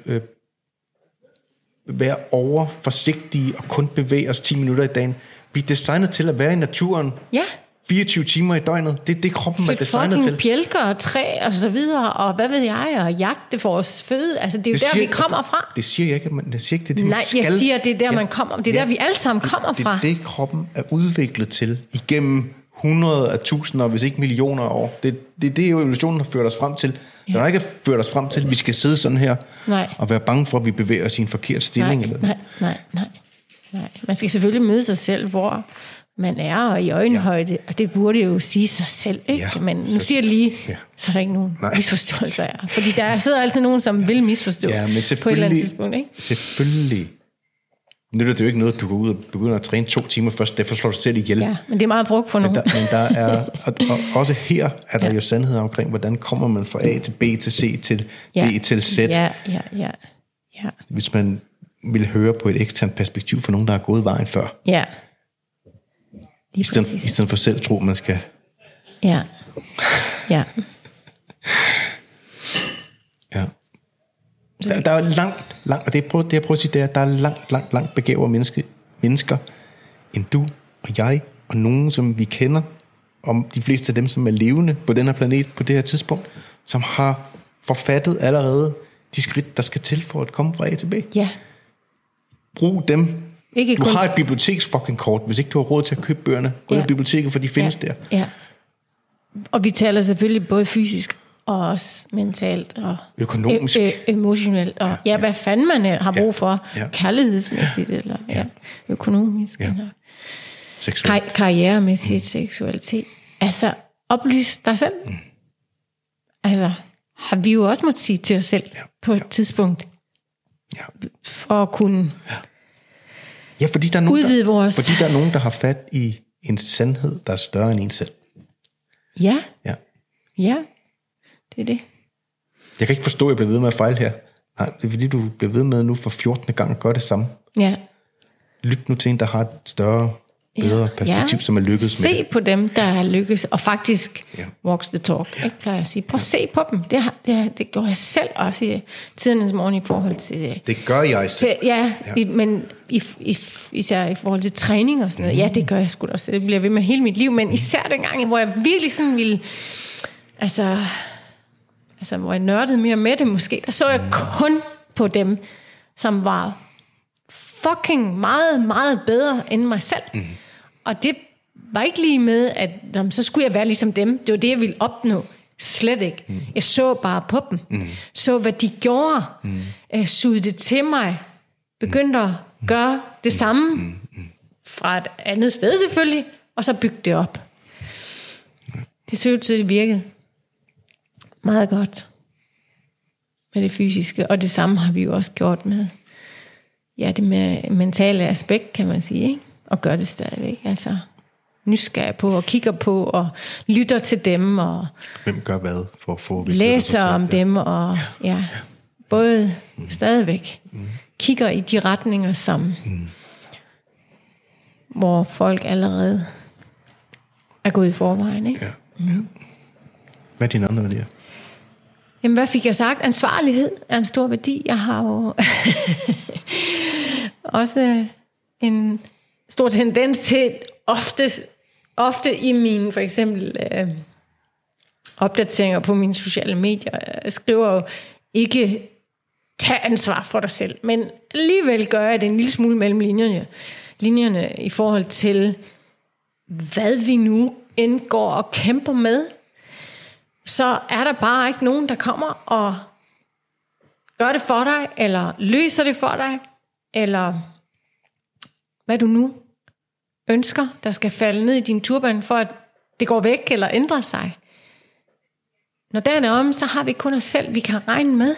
være overforsigtige og kun bevæge os 10 minutter i dagen. Vi er designet til at være i naturen 24 timer i døgnet. Det er det, kroppen er designet til. Bjælker og træ og så videre, og hvad ved jeg, og jagte for vores føde. Det er jo der, vi kommer fra. Det siger jeg ikke, det siger ikke, det er det, nej, jeg siger, det er der, man kommer. Det er der, vi alle sammen kommer fra. Det er det, kroppen er udviklet til igennem 100 af tusinder, hvis ikke millioner af år. Det er det, evolutionen har ført os frem til. Den har ikke ført os frem til, at vi skal sidde sådan her og være bange for, at vi bevæger os i en forkert stilling. Nej. Man skal selvfølgelig møde sig selv, hvor man er, og i øjenhøjde, og det burde jo sige sig selv, ikke? Men nu siger det lige, så er der ikke nogen misforståelser af. Fordi der sidder altid nogen, som vil misforstå på et eller andet tidspunkt, ikke? Selvfølgelig. Nu er det jo ikke noget, du går ud og begynder at træne 2 timer først, derfor slår du selv ihjel. Ja, men det er meget brugt for nogen. Men der er, og også her er der jo sandhed omkring, hvordan kommer man fra A til B til C til D til Z. Ja. Hvis man vil høre på et eksternt perspektiv for nogen, der har gået vejen før. Ja. I stedet for selv tro, man skal... Ja. Der er langt, og det jeg prøver at sige, det er, at der er langt begavede mennesker, end du og jeg, og nogen, som vi kender, om de fleste af dem, som er levende på den her planet på det her tidspunkt, som har forfattet allerede de skridt, der skal til for at komme fra A til B. Ja. Brug dem. Du har et biblioteks fucking kort, hvis ikke du har råd til at købe bøgerne. Gå til biblioteket, for de findes der. Ja. Og vi taler selvfølgelig både fysisk og også mentalt og økonomisk, emotionelt og hvad fanden man har brug for, kærlighedsmæssigt eller økonomisk eller karrieremæssigt, seksualitet. Oplys dig selv. Har vi jo også måttet sige til os selv på et tidspunkt for at kunne fordi der er nogen, udvide vores... Fordi der er nogen, der har fat i en sandhed, der er større end en selv. Ja. Det er det. Jeg kan ikke forstå, at jeg bliver ved med at fejle her. Nej, det er fordi, du bliver ved med nu for 14. gang at gøre det samme. Ja. Lyt nu til en, der har et større bedre perspektiv, som er lykkedes med Se på dem, der er lykkes, og faktisk walks the talk, ikke, plejer jeg at sige. Prøv at se på dem. Det gør jeg selv også i tidernes morgen i forhold til... Det gør jeg selv. Men især i forhold til træning og sådan noget. Ja, det gør jeg sgu da også. Det bliver ved med hele mit liv, men især dengang, hvor jeg virkelig sådan ville... Altså, hvor jeg nørdede mere med det måske, der så jeg kun på dem, som var fucking meget, meget bedre end mig selv. Og det var ikke lige med, at så skulle jeg være ligesom dem. Det var det, jeg ville opnå. Slet ikke. Jeg så bare på dem. Så hvad de gjorde. Sugede det til mig. Begyndte at gøre det samme. Fra et andet sted selvfølgelig. Og så bygge det op. Det så ud til, det virkede meget godt. Med det fysiske. Og det samme har vi jo også gjort med det med mentale aspekt, kan man sige, ikke? Og gør det stadigvæk. Altså nysgerrig på og kigger på og lytter til dem og hvem gør hvad for at få læser om dem og både stadigvæk kigger i de retninger, som hvor folk allerede er gået i forvejen, ikke? Hvad er dine andre værdier? Jamen, hvad fik jeg sagt? Ansvarlighed er en stor værdi. Jeg har jo også en stor tendens til ofte i mine for eksempel opdateringer på mine sociale medier. Jeg skriver jo ikke tag ansvar for dig selv, men alligevel gør jeg det en lille smule mellem linjerne i forhold til hvad vi nu indgår og kæmper med. Så er der bare ikke nogen, der kommer og gør det for dig, eller løser det for dig, eller hvad du nu ønsker, der skal falde ned i din turban, for at det går væk eller ændrer sig. Når dagen er om, så har vi kun os selv, vi kan regne med.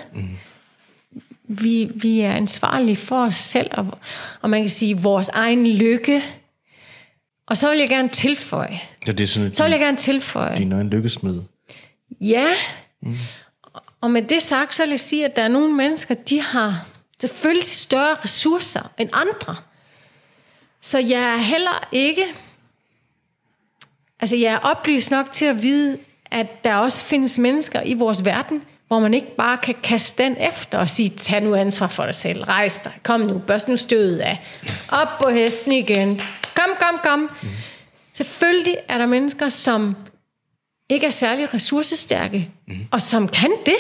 Vi er ansvarlige for os selv, og man kan sige, vores egen lykke. Og så vil jeg gerne tilføje. Ja, det er sådan, din egen lykkesmed. Ja, og med det sagt, så vil jeg sige, at der er nogle mennesker, de har selvfølgelig større ressourcer end andre. Så jeg er heller ikke, jeg er oplyst nok til at vide, at der også findes mennesker i vores verden, hvor man ikke bare kan kaste den efter og sige, tag nu ansvar for dig selv, rejs dig, kom nu, børst nu stødet af, op på hesten igen, kom. Selvfølgelig er der mennesker, som ikke er særlig ressourcestærke, og som kan det.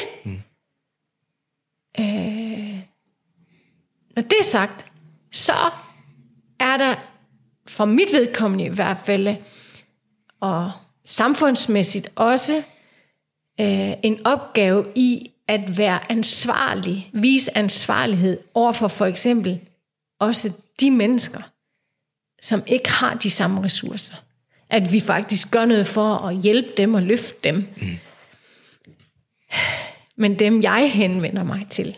Når det er sagt, så er der for mit vedkommende i hvert fald, og samfundsmæssigt også, en opgave i at være ansvarlig, vise ansvarlighed overfor for eksempel også de mennesker, som ikke har de samme ressourcer. At vi faktisk gør noget for at hjælpe dem og løfte dem. Men dem jeg henvender mig til,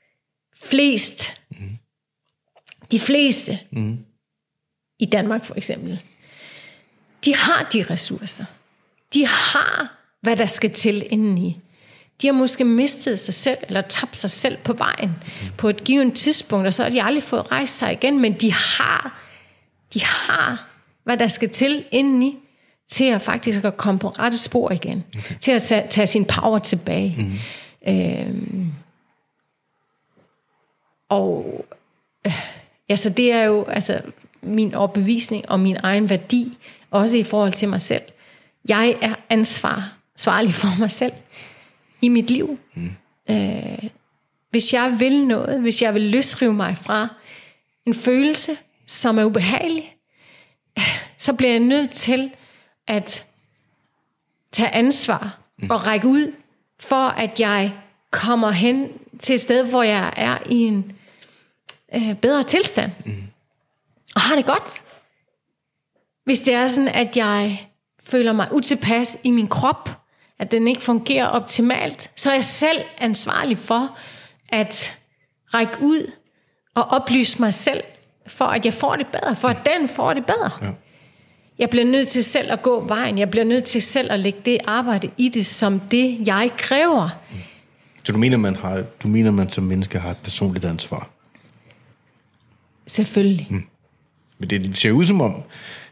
de fleste i Danmark for eksempel, de har de ressourcer. De har, hvad der skal til indeni. De har måske mistet sig selv, eller tabt sig selv på vejen, på et givet tidspunkt, og så har de aldrig fået rejst sig igen, men de har, hvad der skal til indeni, til at faktisk at komme på rette spor igen. Okay. Til at tage sin power tilbage. Så det er jo min overbevisning og min egen værdi, også i forhold til mig selv. Jeg er ansvarlig for mig selv i mit liv. Hvis jeg vil noget, hvis jeg vil løsrive mig fra en følelse, som er ubehagelig, så bliver jeg nødt til at tage ansvar og række ud, for at jeg kommer hen til et sted, hvor jeg er i en bedre tilstand. Og har det godt. Hvis det er sådan, at jeg føler mig utilpas i min krop, at den ikke fungerer optimalt, så er jeg selv ansvarlig for at række ud og oplyse mig selv, for at jeg får det bedre, for at den får det bedre. Ja. Jeg bliver nødt til selv at gå vejen. Jeg bliver nødt til selv at lægge det arbejde i det, som det, jeg kræver. Så du mener, man som menneske har et personligt ansvar? Selvfølgelig. Men det ser ud som om,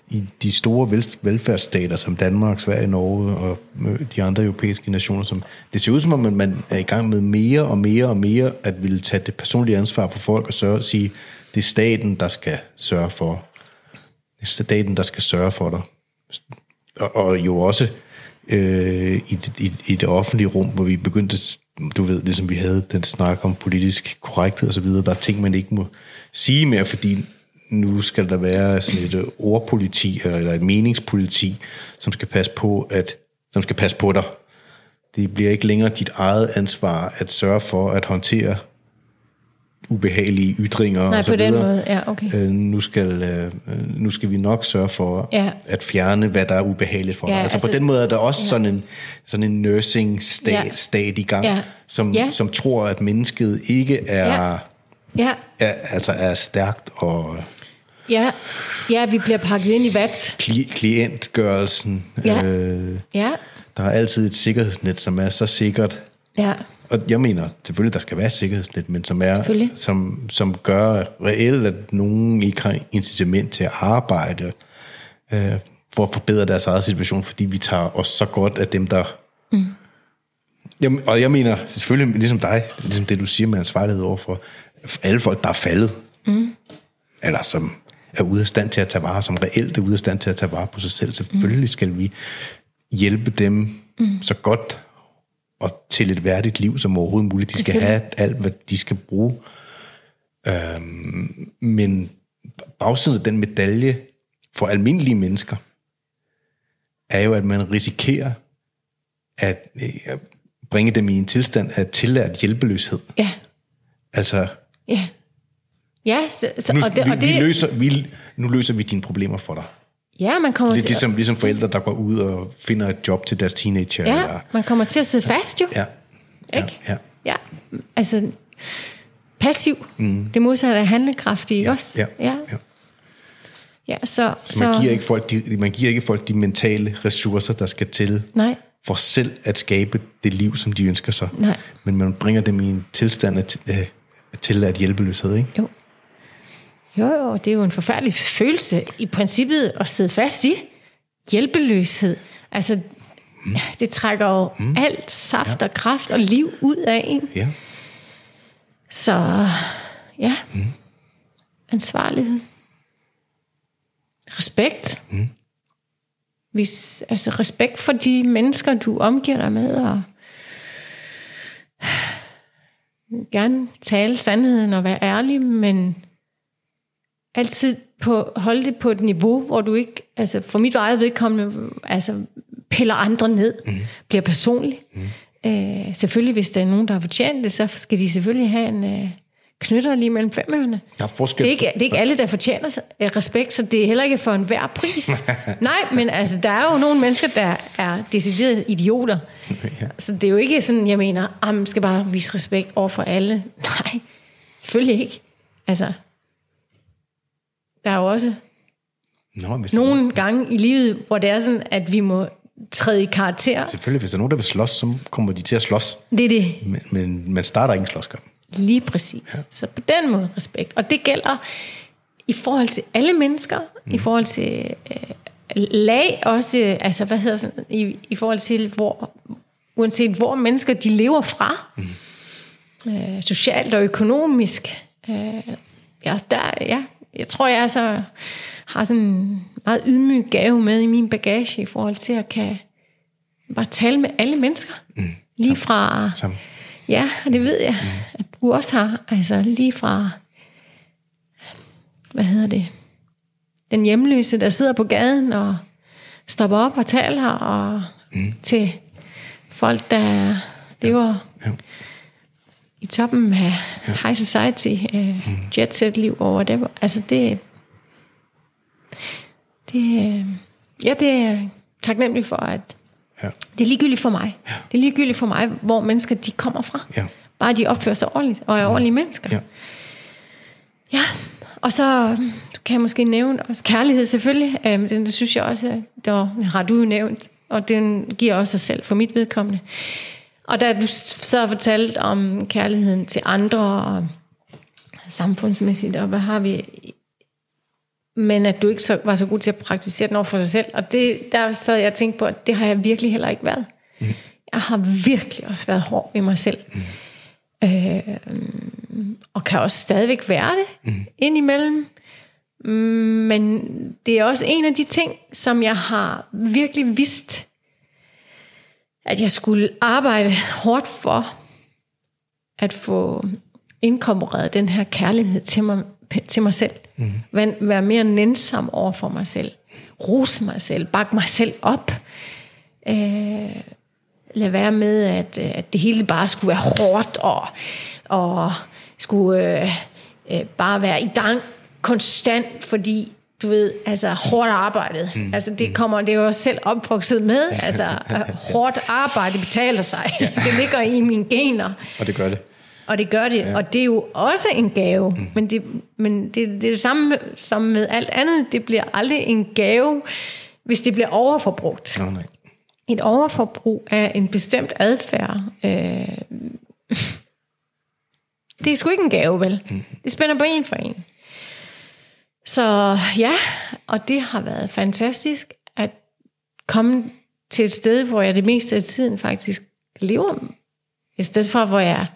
i de store velfærdsstater som Danmark, Sverige, Norge og de andre europæiske nationer, som det ser ud som om, man er i gang med mere og mere og mere at ville tage det personlige ansvar for folk og sørge at sige, det er staten, der skal sørge for. Det er staten, der skal sørge for dig. Og jo også i det offentlige rum, hvor vi begyndte, du ved, ligesom vi havde den snak om politisk korrekthed og så videre, der er ting, man ikke må sige mere, fordi nu skal der være sådan et ordpoliti eller et meningspoliti, som skal passe på dig. Det bliver ikke længere dit eget ansvar at sørge for at håndtere ubehagelige ytringer. Nej, og så på den videre. måde, ja, okay. Nu skal vi nok sørge for at fjerne, hvad der er ubehageligt for dig. Altså på den måde er der også sådan en nursing-stat i gang, som tror, at mennesket ikke er... er stærkt og... Ja, vi bliver pakket ind i vat. Klientgørelsen. Der er altid et sikkerhedsnet, som er så sikkert. Ja. Og jeg mener, selvfølgelig, der skal være et sikkerhedsnet, men som gør reelt, at nogen ikke har incitament til at arbejde for at forbedre deres eget situation, fordi vi tager os så godt af dem, der... Og jeg mener selvfølgelig, ligesom dig, ligesom det, du siger med ansvarlighed overfor alle folk, der er faldet, eller som er ude af stand til at tage vare, som reelt er ude af stand til at tage vare på sig selv. Selvfølgelig skal vi hjælpe dem så godt og til et værdigt liv som overhovedet muligt. De skal have alt, hvad de skal bruge. Men bagsiden af den medalje for almindelige mennesker er jo, at man risikerer at bringe dem i en tilstand af tillært hjælpeløshed. Ja. Altså... Ja. Ja, nu løser vi dine problemer for dig. Ja, man kommer lidt til... Ligesom forældre, der går ud og finder et job til deres teenager. Ja, eller... man kommer til at sidde fast jo. Ja. Ikke? Ja. Altså, passiv. Det modsatte af handlekraftig, ikke også? Ja, så man giver ikke folk de mentale ressourcer, der skal til for selv at skabe det liv, som de ønsker sig. Nej. Men man bringer dem i en tilstand til at hjælpeløshed, ikke? Jo, det er jo en forfærdelig følelse i princippet at sidde fast i hjælpeløshed. Altså, det trækker jo alt saft og kraft og liv ud af en. Ja. Så, ansvarlighed. Respekt. Respekt for de mennesker, du omgiver dig med, og gerne tale sandheden og være ærlig, men altid holde det på et niveau, hvor du ikke, altså for mit eget vedkommende, piller andre ned, bliver personlig. Selvfølgelig, hvis der er nogen, der har fortjent det, så skal de selvfølgelig have en knytter lige mellem femørerne. Det er ikke alle, der fortjener respekt, så det er heller ikke for enhver pris. Nej, men altså, der er jo nogle mennesker, der er deciderede idioter. Så det er jo ikke sådan, jeg mener, man skal bare vise respekt over for alle. Nej, selvfølgelig ikke. Altså, der er jo også nogle gange i livet, hvor det er sådan, at vi må træde i karakter. Selvfølgelig, hvis der er nogen, der vil slås, så kommer de til at slås. Det er det. Men man starter ikke en slåskamp. Lige præcis. Ja. Så på den måde respekt. Og det gælder i forhold til alle mennesker, i forhold til lag også, altså hvad hedder sådan, i forhold til uanset hvor mennesker de lever fra, socialt og økonomisk. Jeg tror jeg har sådan en meget ydmyg gave med i min bagage i forhold til at kan bare tale med alle mennesker. Lige fra ja, det ved jeg, at du også har, altså lige fra, den hjemløse, der sidder på gaden og stopper op og taler, og til folk, der lever i toppen af high society, jet set liv og whatever. Altså det er taknemmelig for, at det er ligegyldigt for mig. Det er ligegyldigt for mig, hvor mennesker de kommer fra. Bare de opfører sig ordentligt og er ordentlige mennesker. Ja, og så kan jeg måske nævne også kærlighed selvfølgelig. Det synes jeg også, det har du jo nævnt, og den giver også sig selv for mit vedkommende. Og da du så har fortalt om kærligheden til andre og samfundsmæssigt, og hvad har vi men at du ikke var så god til at praktisere den over for dig selv. Og der sad jeg og tænkte på, at det har jeg virkelig heller ikke været. Jeg har virkelig også været hård ved mig selv. Og kan også stadigvæk være det indimellem. Men det er også en af de ting, som jeg har virkelig vidst, at jeg skulle arbejde hårdt for, at få inkorporeret den her kærlighed til mig selv. Være mere nænsom over for mig selv. Rose mig selv. Bakke mig selv op. Lad være med, at det hele bare skulle være hårdt, og skulle bare være i gang konstant, fordi du ved, altså hårdt arbejde. Altså det er jo også selv opvokset med. Altså hårdt arbejde betaler sig. Det ligger i mine gener. Og det gør det. Og det gør det, ja. Og det er jo også en gave. Men det er det samme som med alt andet. Det bliver aldrig en gave, hvis det bliver overforbrugt. Nej. Et overforbrug af en bestemt adfærd. Det er sgu ikke en gave, vel? Det spænder på en for en. Så ja, og det har været fantastisk at komme til et sted, hvor jeg det meste af tiden faktisk lever. Et sted for, hvor jeg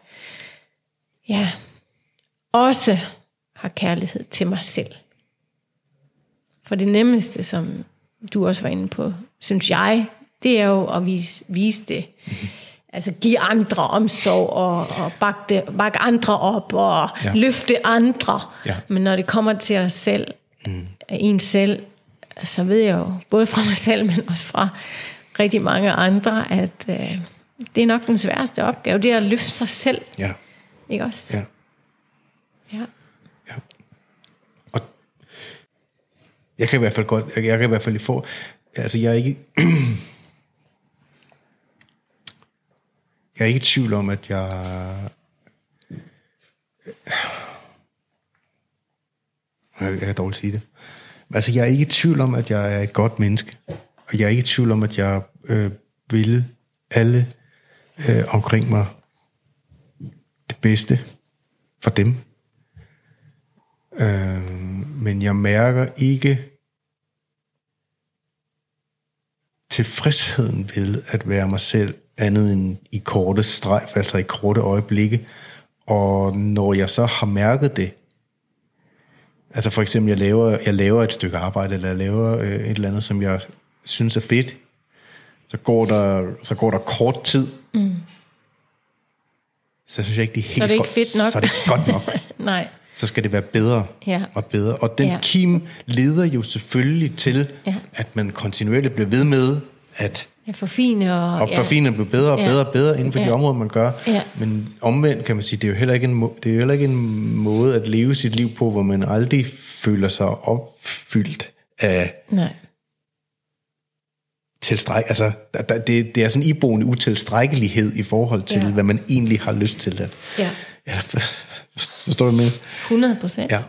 også har kærlighed til mig selv. For det nemmeste, som du også var inde på, synes jeg, det er jo at vise det. Altså give andre omsorg og bakke andre op og løfte andre. Ja. Men når det kommer til os selv, en selv, så ved jeg jo, både fra mig selv, men også fra rigtig mange andre, at det er nok den sværeste opgave, det er at løfte sig selv. Ja. Ikke også? Ja. Og jeg kan i hvert fald få, altså jeg er ikke i tvivl om, at jeg kan dårligt sige det. Altså jeg er ikke i tvivl om, at jeg er et godt menneske. Og jeg er ikke i tvivl om, at jeg vil alle omkring mig det bedste for dem. Men jeg mærker ikke tilfredsheden ved at være mig selv andet end i korte strejf, altså i korte øjeblikke. Og når jeg så har mærket det, altså for eksempel jeg laver et stykke arbejde, eller jeg laver et eller andet, som jeg synes er fedt, så går der kort tid, så synes jeg ikke, det er helt så er det ikke fedt nok. Så er det godt nok. Nej. Så skal det være bedre og bedre. Og den kim leder jo selvfølgelig til, at man kontinuerligt bliver ved med at forfine og blive bedre og bedre og bedre inden for de områder, man gør. Ja. Men omvendt kan man sige, det er jo heller ikke en måde at leve sit liv på, hvor man aldrig føler sig opfyldt af tilstræk. Altså, det er sådan en iboende utilstrækkelighed i forhold til, hvad man egentlig har lyst til. Forstår du med? 100%.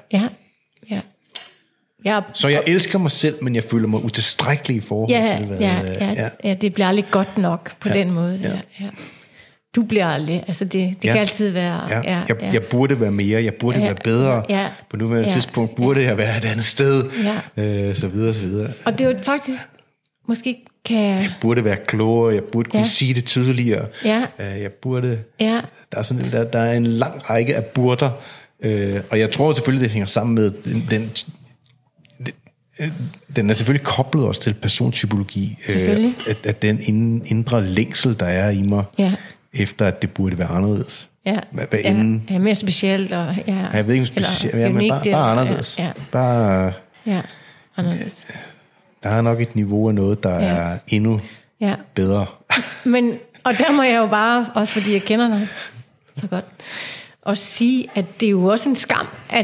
Ja. Så jeg elsker mig selv, men jeg føler mig utilstrækkelig i forhold til, hvad... Ja, det bliver aldrig godt nok på den måde. Ja. Du bliver aldrig... Altså, det kan altid være... Jeg burde være mere, jeg burde være bedre. Ja. På nuværende tidspunkt burde jeg være et andet sted. Så videre, så videre. Og det er jo faktisk... Måske kan... Jeg burde være klogere, jeg burde kunne sige det tydeligere. Jeg burde... Der er en lang række af burder, og jeg tror selvfølgelig, det hænger sammen med den er selvfølgelig koblet også til personpsykologi, at den indre længsel, der er i mig, efter at det burde være anderledes. Mere specielt. Og, jeg ved ikke specielt, men bare anderledes. Bare anderledes. Der er nok et niveau af noget, der er endnu bedre. Og der må jeg jo bare, også fordi jeg kender dig så godt, og sige, at det er jo også en skam, at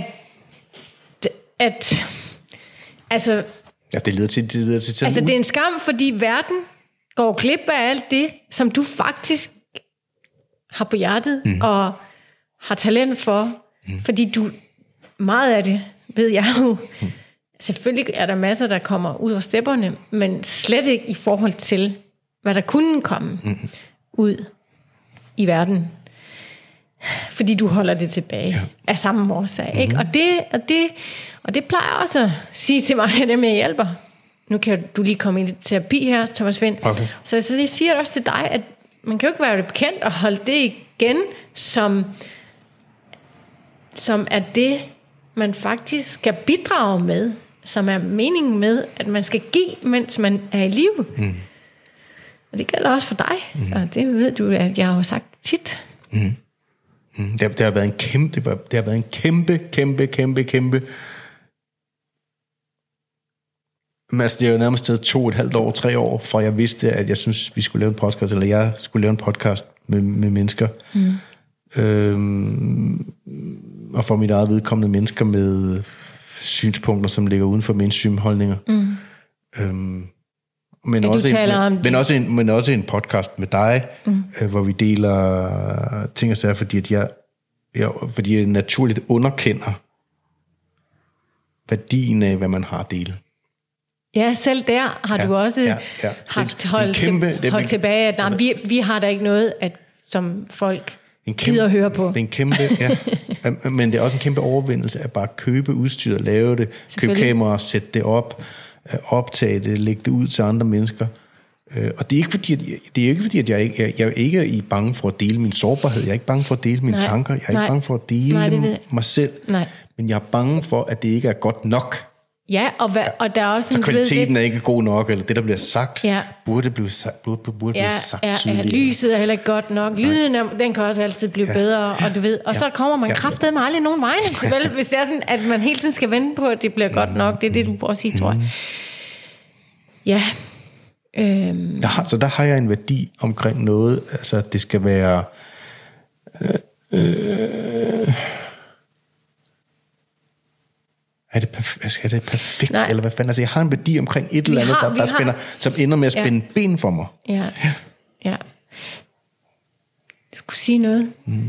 altså... Ja, det leder til altså, det er en skam, fordi verden går glip af alt det, som du faktisk har på hjertet, og har talent for, fordi du, meget af det, ved jeg jo, selvfølgelig er der masser, der kommer ud af stepperne, men slet ikke i forhold til, hvad der kunne komme ud i verden. fordi du holder det tilbage af samme årsag. Ikke? Og det plejer jeg også at sige til mig, at jeg hjælper. Nu kan du lige komme i terapi her, Thomas Vind. Okay. Så jeg siger også til dig, at man kan jo ikke være det bekendt at holde det igen, som er det, man faktisk skal bidrage med, som er meningen med, at man skal give, mens man er i live. Og det gælder også for dig, og det ved du, at jeg har sagt tit. Det har været en kæmpe. Men altså, det er jo nærmest taget 2,5 år, 3 år, fra jeg vidste, at jeg synes, vi skulle lave en podcast, eller jeg skulle lave en podcast med mennesker. Og for mit eget vedkommende mennesker med synspunkter, som ligger uden for mainstream-holdninger. Men også en podcast med dig, hvor vi deler ting og sager, fordi jeg naturligt underkender værdien af, hvad man har at dele. Ja, selv der har du også haft holdt tilbage, at vi har da ikke noget, som folk gider at høre på. Det er en kæmpe, men det er også en kæmpe overvindelse at bare købe udstyr, lave det, købe kameraer, sætte det op, optage det, lægge det ud til andre mennesker. Og det er ikke fordi, at jeg ikke er bange for at dele min sårbarhed. Jeg er ikke bange for at dele mine tanker. Jeg er ikke bange for at dele mig selv. Nej. Men jeg er bange for, at det ikke er godt nok. Ja, og der er også så kvaliteten er ikke god nok, eller det, der bliver sagt, burde blive sagt tydeligere. Lyset er heller ikke godt nok. Lyden, den kan også altid blive bedre, og du ved. Og så kommer man kraftedeme aldrig nogen vegne til, vel, hvis det er sådan, at man hele tiden skal vente på, at det bliver godt nok. Det er det, du prøver at sige, tror jeg. Ja. Så der har jeg en værdi omkring noget, altså det skal være... Er det perfekt? Nej. Eller hvad fanden? Altså, jeg har en værdi omkring et eller andet, der spænder, som ender med at spænde ben for mig. Ja. Jeg skulle sige noget.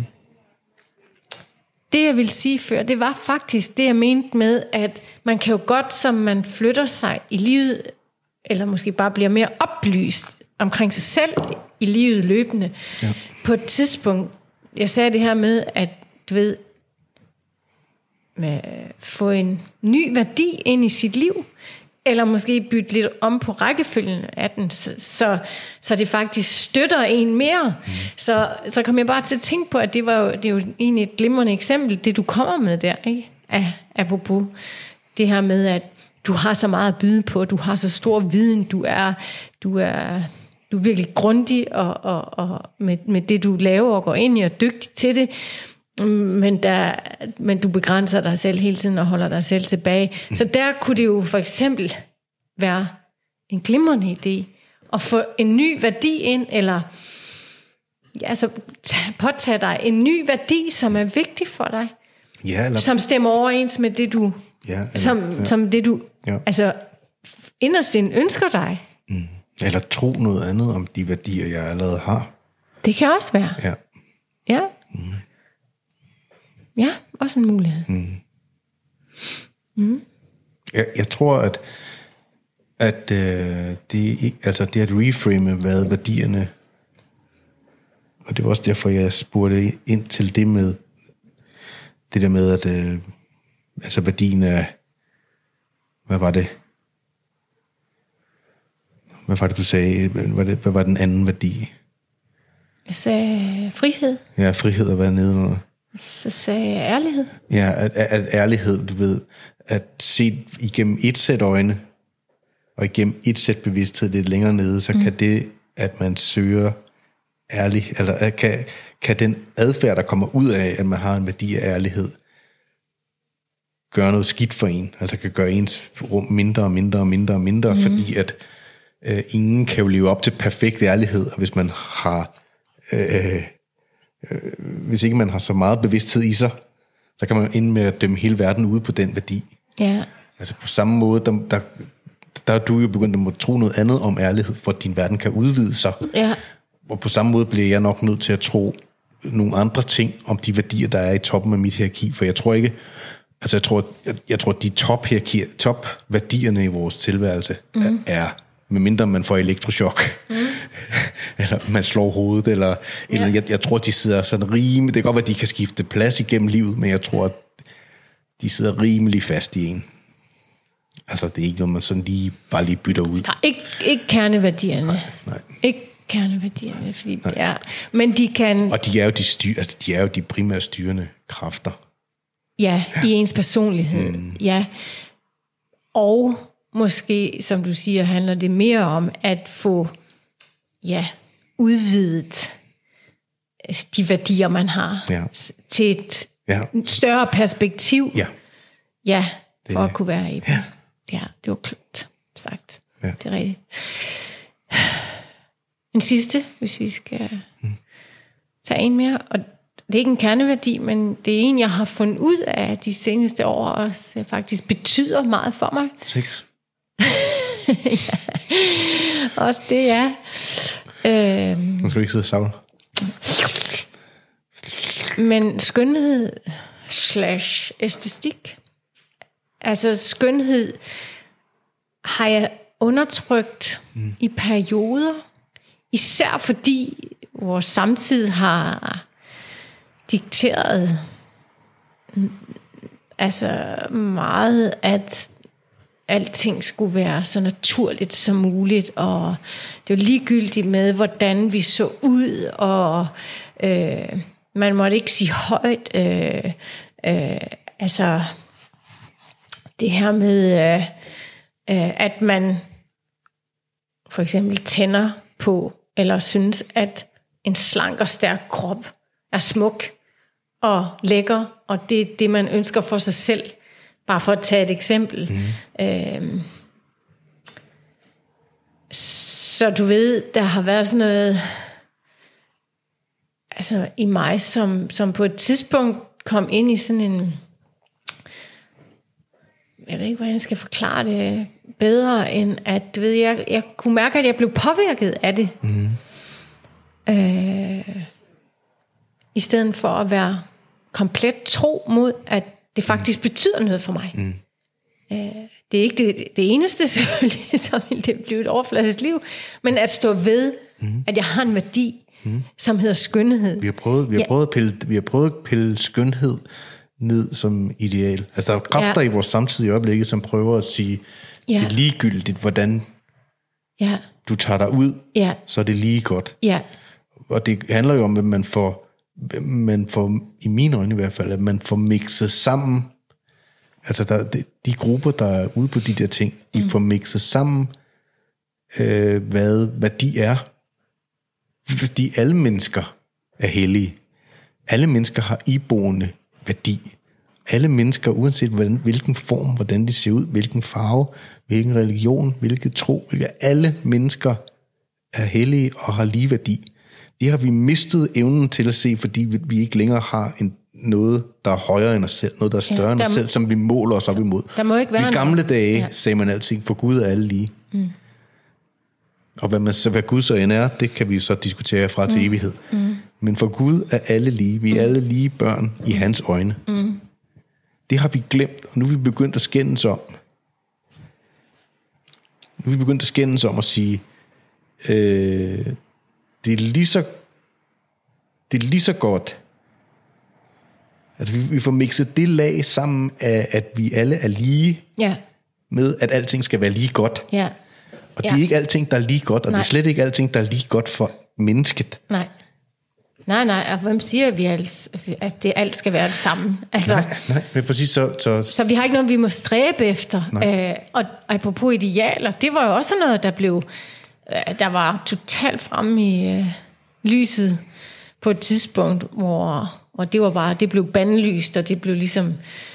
Det, jeg ville sige før, det var faktisk det, jeg mente med, at man kan jo godt, som man flytter sig i livet, eller måske bare bliver mere oplyst omkring sig selv i livet løbende. Ja. På et tidspunkt, jeg sagde det her med, at du ved, med få en ny værdi ind i sit liv, eller måske bytte lidt om på rækkefølgen af den, så det faktisk støtter en mere. Så kom jeg bare til at tænke på, at det er jo egentlig et glimrende eksempel, det du kommer med der, ikke? Apropos det her med, at du har så meget at byde på, du har så stor viden, du er virkelig grundig og med det, du laver og går ind i, og dygtig til det. Men du begrænser dig selv hele tiden og holder dig selv tilbage. Så der kunne det jo for eksempel være en glimrende idé at få en ny værdi ind, eller altså påtage dig en ny værdi, som er vigtig for dig, eller som stemmer overens med det du, som det du, altså inderst inde ønsker dig. Eller tro noget andet om de værdier, jeg allerede har. Det kan også være. Ja. Ja, også en mulighed. Jeg tror, at det at reframe, hvad værdierne, og det var også derfor, jeg spurgte ind til det med, det der med, at altså værdien af, hvad var det, du sagde, hvad var den anden værdi? Jeg sagde frihed. Ja, frihed at være nedenunder. Så sagde jeg ærlighed. Ja, at ærlighed, du ved, at se igennem et sæt øjne, og igennem et sæt bevidsthed lidt længere nede, så kan det, at man søger ærlig, eller kan den adfærd, der kommer ud af, at man har en værdi af ærlighed, gøre noget skidt for en, altså kan gøre ens rum mindre og mindre, fordi at ingen kan jo leve op til perfekt ærlighed, og hvis man har... hvis ikke man har så meget bevidsthed i sig, så kan man ende med at dømme hele verden ude på den værdi. Ja. Altså på samme måde, der er du jo begyndt at må tro noget andet om ærlighed, for at din verden kan udvide sig. Ja. Og på samme måde bliver jeg nok nødt til at tro nogle andre ting om de værdier, der er i toppen af mit hierarki, for jeg tror ikke, altså jeg tror at de topværdierne i vores tilværelse er, medmindre man får elektrochok, eller man slår hovedet, eller jeg tror, de sidder sådan rimelig, det kan godt være, at de kan skifte plads igennem livet, men jeg tror, at de sidder rimelig fast i en. Altså, det er ikke noget, man sådan bare lige bytter ud. Nej, ikke kerneværdierne. Nej. Ikke kerneværdierne, fordi det er... Men de kan... Og de er jo de primære styrende kræfter. Ja, i ens personlighed. Ja. Og måske, som du siger, handler det mere om at få udvidet de værdier, man har, til et større perspektiv. Ja, for at kunne være i dem. Ja, det var klogt sagt. Ja. Det er rigtigt. En sidste, hvis vi skal tage en mere, og det er ikke en kerneværdi, men det er en, jeg har fundet ud af de seneste år, og faktisk betyder meget for mig. Sex. Også det, ja. Nu skal vi ikke sidde og savle. Men skønhed / æstetik. Altså skønhed har jeg undertrykt i perioder, især fordi vores samtid har dikteret altså meget, at alting skulle være så naturligt som muligt, og det var ligegyldigt med, hvordan vi så ud, og man måtte ikke sige højt, altså det her med, at man for eksempel tænder på, eller synes, at en slank og stærk krop er smuk og lækker, og det er det, man ønsker for sig selv. Bare for at tage et eksempel. Så du ved, der har været sådan noget altså i mig, som på et tidspunkt kom ind i sådan en, jeg ved ikke, hvordan jeg skal forklare det bedre, end at du ved, jeg kunne mærke, at jeg blev påvirket af det. I stedet for at være komplet tro mod, at det faktisk betyder noget for mig. Det er ikke det eneste, selvfølgelig, så vil det blive et overfladisk liv, men at stå ved, at jeg har en værdi, som hedder skønhed. Vi har prøvet at pille skønhed ned som ideal. Altså, der er kræfter i vores samtid i øjeblikket, som prøver at sige, det er ligegyldigt, hvordan du tager dig ud, så er det lige godt. Og det handler jo om, at man får, i mine øjne i hvert fald, at man får mixet sammen, altså de grupper, der er ude på de der ting, de får mixet sammen, hvad de er. Fordi alle mennesker er hellige. Alle mennesker har iboende værdi. Alle mennesker, uanset hvilken form, hvordan de ser ud, hvilken farve, hvilken religion, hvilket tro, alle mennesker er hellige og har lige værdi. Det har vi mistet evnen til at se, fordi vi ikke længere har noget, der er højere end os selv, noget, der er større end os selv, som vi måler os op imod. Der må ikke være i gamle dage sagde man altid, for Gud er alle lige. Og hvad Gud så end er, det kan vi så diskutere fra til evighed. Men for Gud er alle lige. Vi er alle lige børn i hans øjne. Det har vi glemt, og nu er vi begyndt at skændes om. Nu er vi begyndt at skændes om at sige, det er lige så godt. Altså vi får mixet det lag sammen af, at vi alle er lige med, at alting skal være lige godt. Og det er ikke alting, der er lige godt, og det er slet ikke alting, der er lige godt for mennesket. Nej, og hvem siger, at det alt skal være det samme? Altså, nej, men præcis så vi har ikke noget, vi må stræbe efter. Og apropos idealer, det var jo også noget, der var totalt fremme i lyset på et tidspunkt, hvor det var bare, det blev bandlyst, og det blev ligesom,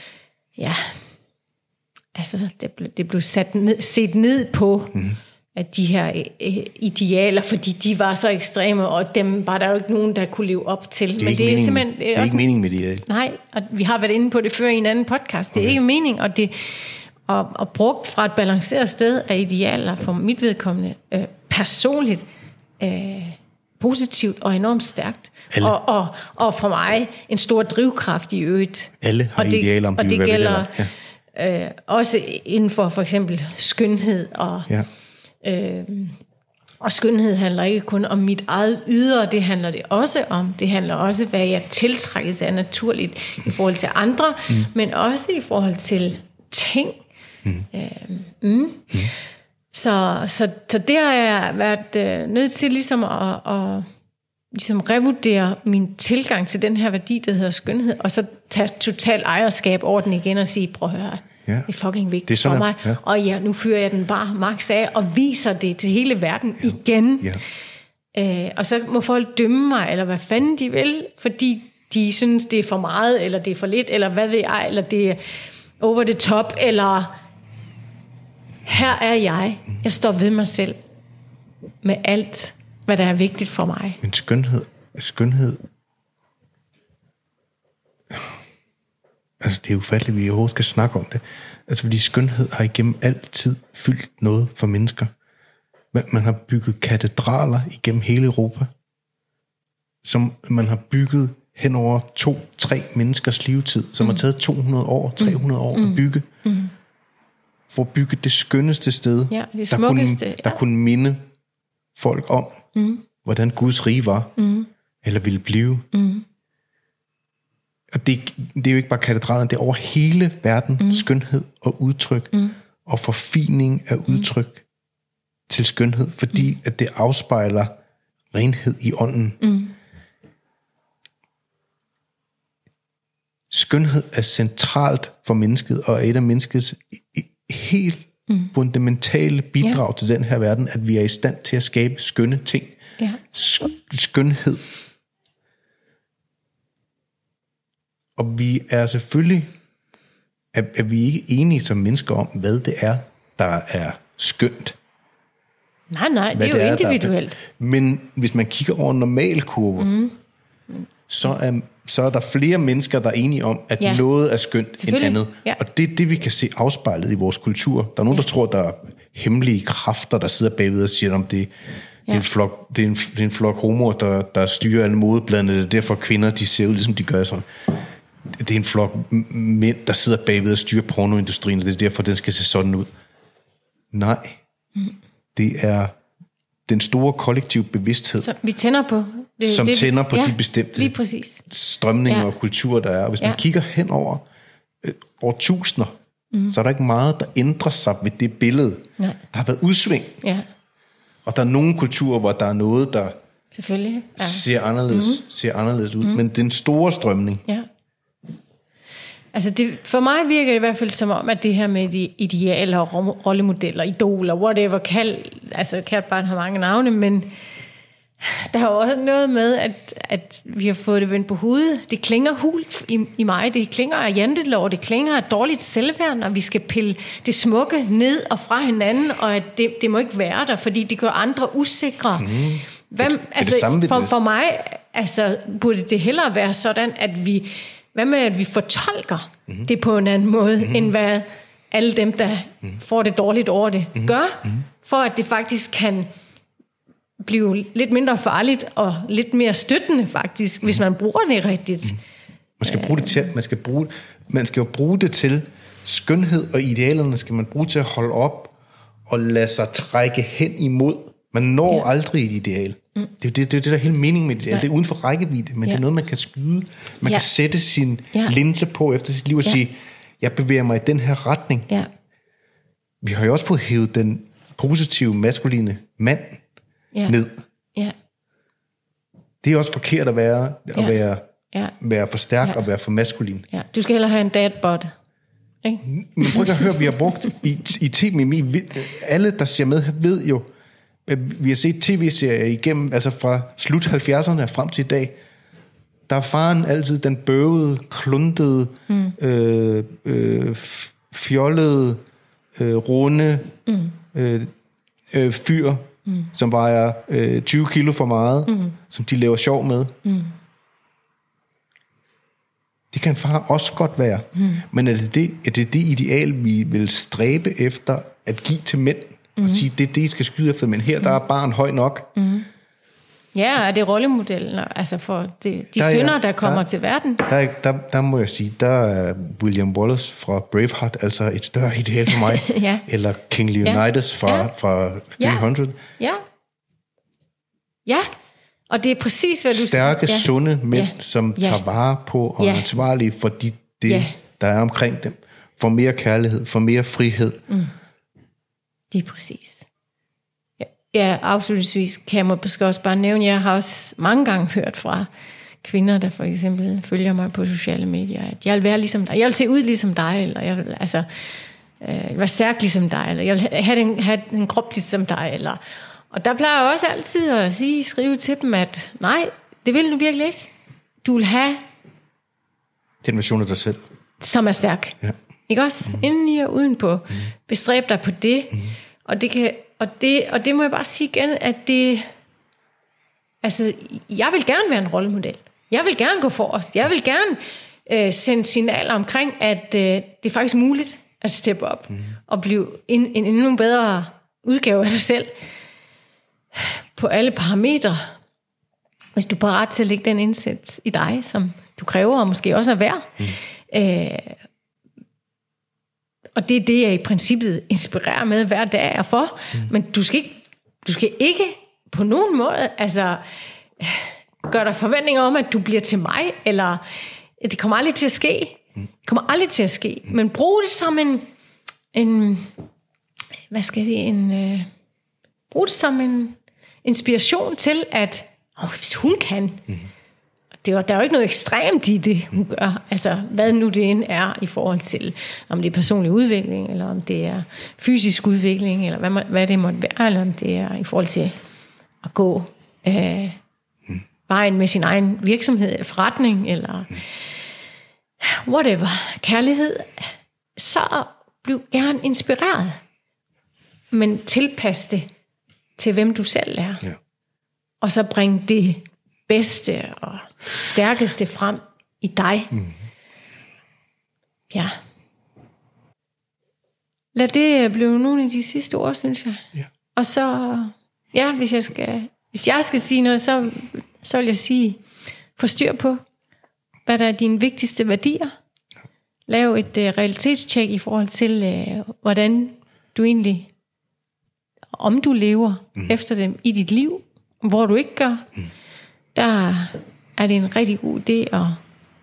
altså det blev set ned på, at de her idealer, fordi de var så ekstreme, og dem var der jo ikke nogen, der kunne leve op til. Det er ikke meningen med det ideal. Nej, og vi har været inde på det før i en anden podcast. Det er ikke meningen, og det og brugt fra et balanceret sted af idealer for mit vedkommende personligt positivt og enormt stærkt. Og for mig en stor drivkraft i øvrigt. Alle har idealer om, og det gælder også inden for eksempel skønhed og Og skønhed handler ikke kun om mit eget ydre, det handler det også om. Det handler også, hvad jeg tiltrækkes af naturligt i forhold til andre, men også i forhold til ting. Så det har jeg været nødt til ligesom at ligesom revurdere min tilgang til den her værdi, der hedder skønhed, og så tage total ejerskab over den igen og sige, prøv at høre, det er fucking vigtigt for mig. Ja. Og ja, nu fyrer jeg den bare max af og viser det til hele verden igen. Ja. Og så må folk dømme mig, eller hvad fanden de vil, fordi de synes, det er for meget, eller det er for lidt, eller hvad ved jeg, eller det er over the top, eller her er jeg. Jeg står ved mig selv med alt, hvad der er vigtigt for mig. Men skønhed, altså det er ufatteligt, at vi overhovedet skal snakke om det. Altså fordi skønhed har igennem altid fyldt noget for mennesker. Man har bygget katedraler igennem hele Europa, som man har bygget hen over 2-3 menneskers levetid, som har taget 200 år, 300 år at bygge. For at bygge det skønneste sted, det smukkeste, der kunne minde folk om, hvordan Guds rige var, eller ville blive. Og det er jo ikke bare katedralen, det er over hele verden skønhed og udtryk, og forfining af udtryk til skønhed, fordi at det afspejler renhed i ånden. Skønhed er centralt for mennesket, og er et af menneskets helt fundamentale bidrag til den her verden, at vi er i stand til at skabe skønne ting. Skønhed. Og vi er selvfølgelig, er vi ikke enige som mennesker om, hvad det er, der er skønt. Nej, det er jo individuelt. Men hvis man kigger over normalkurve, så er der flere mennesker, der er enige om, at noget er skønt end andet. Ja. Og det er det, vi kan se afspejlet i vores kultur. Der er nogen, der tror, der er hemmelige kræfter, der sidder bagved og siger, om det er en flok homoer, der styrer alle modebladene. Det er derfor kvinder, de ser ud, ligesom de gør sådan. Det er en flok mænd, der sidder bagved og styrer pornoindustrien, og det er derfor, den skal se sådan ud. Nej. Det er den store kollektive bevidsthed, så vi tænder på tænder på de bestemte strømninger og kulturer, der er. Og hvis man kigger hen over årtusinder, så er der ikke meget, der ændrer sig ved det billede. Nej. Der har været udsving. Ja. Og der er nogle kulturer, hvor der er noget, der ser anderledes ud. Men den store strømning. Ja. Altså for mig virker det i hvert fald som om, at det her med de idealer og rollemodeller, idoler, whatever, kært barn har mange navne, men der er jo også noget med, at vi har fået det vendt på hovedet. Det klinger hult i mig, det klinger af jantelov, det klinger af dårligt selvværd, og vi skal pille det smukke ned og fra hinanden, og at det må ikke være der, fordi det gør andre usikre. For mig burde det hellere være sådan, at vi fortolker det på en anden måde, end hvad alle dem, der får det dårligt over det, gør, for at det faktisk kan blive lidt mindre farligt og lidt mere støttende faktisk, hvis man bruger det rigtigt. Man skal bruge det til, man skal jo bruge det til skønhed, og idealerne skal man bruge til at holde op og lade sig trække hen imod. Man når aldrig et ideal. Det er det der hele mening med det. Det er uden for rækkevidde, men det er noget, man kan skyde. Man kan sætte sin linse på efter sit liv og sige, jeg bevæger mig i den her retning. Ja. Vi har jo også fået hævet den positive, maskuline mand ned. Ja. Det er også forkert at være for stærk og være for maskulin. Ja. Du skal hellere have en dadbot. Ikke? Men prøv at høre, vi har brugt i tv, alle der ser med ved jo, vi har set tv-serier igennem, altså fra slut 70'erne frem til i dag. Der er faren altid den bøvede, kluntede, fjollede, runde fyr, som vejer 20 kilo for meget, som de laver sjov med. Det kan far også godt være. Men er det ideal, vi vil stræbe efter at give til mænd? Og sige, det er det, I skal skyde efter, men her der er barn høj nok. Ja, og det er rollemodellen, altså for de synder, der kommer til verden. Der må jeg sige, der er William Wallace fra Braveheart, altså et større ideal for mig, eller King Leonidas fra 300. Ja, og det er præcis, hvad du Stærke, sunde mænd, som tager vare på og er ansvarlige for det, der er omkring dem. For mere kærlighed, for mere frihed. Det er præcis. Ja, afslutningsvis kan jeg måske også bare nævne, jeg har også mange gange hørt fra kvinder, der for eksempel følger mig på sociale medier, at jeg vil være ligesom dig, jeg vil se ud ligesom dig, eller jeg vil, jeg vil være stærk ligesom dig, eller jeg vil have en krop ligesom dig, eller... Og der plejer jeg også altid at skrive til dem, at nej, det vil du virkelig ikke. Du vil have... Den version af dig selv. Som er stærk. Ja. Ikke også? Indeni og udenpå. Bestræb dig på det. Og det må jeg bare sige igen, at det... Altså, jeg vil gerne være en rollemodel. Jeg vil gerne gå forrest. Jeg vil gerne sende signaler omkring, at det er faktisk muligt at steppe op og blive en endnu bedre udgave af dig selv på alle parametre. Hvis du er parat til at lægge den indsats i dig, som du kræver, og måske også er værd. Og det er det, jeg i princippet inspirerer med hver dag og for. Men du skal ikke på nogen måde gøre dig forventninger om, at du bliver til mig, eller det kommer aldrig til at ske. Det kommer aldrig til at ske. Men brug det som brug det som en inspiration til, at hvis hun kan, der er jo ikke noget ekstremt i det, hun gør. Altså, hvad nu det end er i forhold til, om det er personlig udvikling, eller om det er fysisk udvikling, eller hvad det måtte være, eller om det er i forhold til at gå vejen med sin egen virksomhed, eller forretning, eller whatever, kærlighed, så bliv gerne inspireret, men tilpas det til, hvem du selv er. Ja. Og så bring det bedste og stærkeste frem i dig. Ja. Lad det blive nogle af de sidste ord, synes jeg. Ja. Og så, hvis jeg skal sige noget, så vil jeg sige, få styr på, hvad der er dine vigtigste værdier. Lav et realitetstjek i forhold til, hvordan du egentlig, om du lever efter dem i dit liv, hvor du ikke gør. Der er det en rigtig god idé at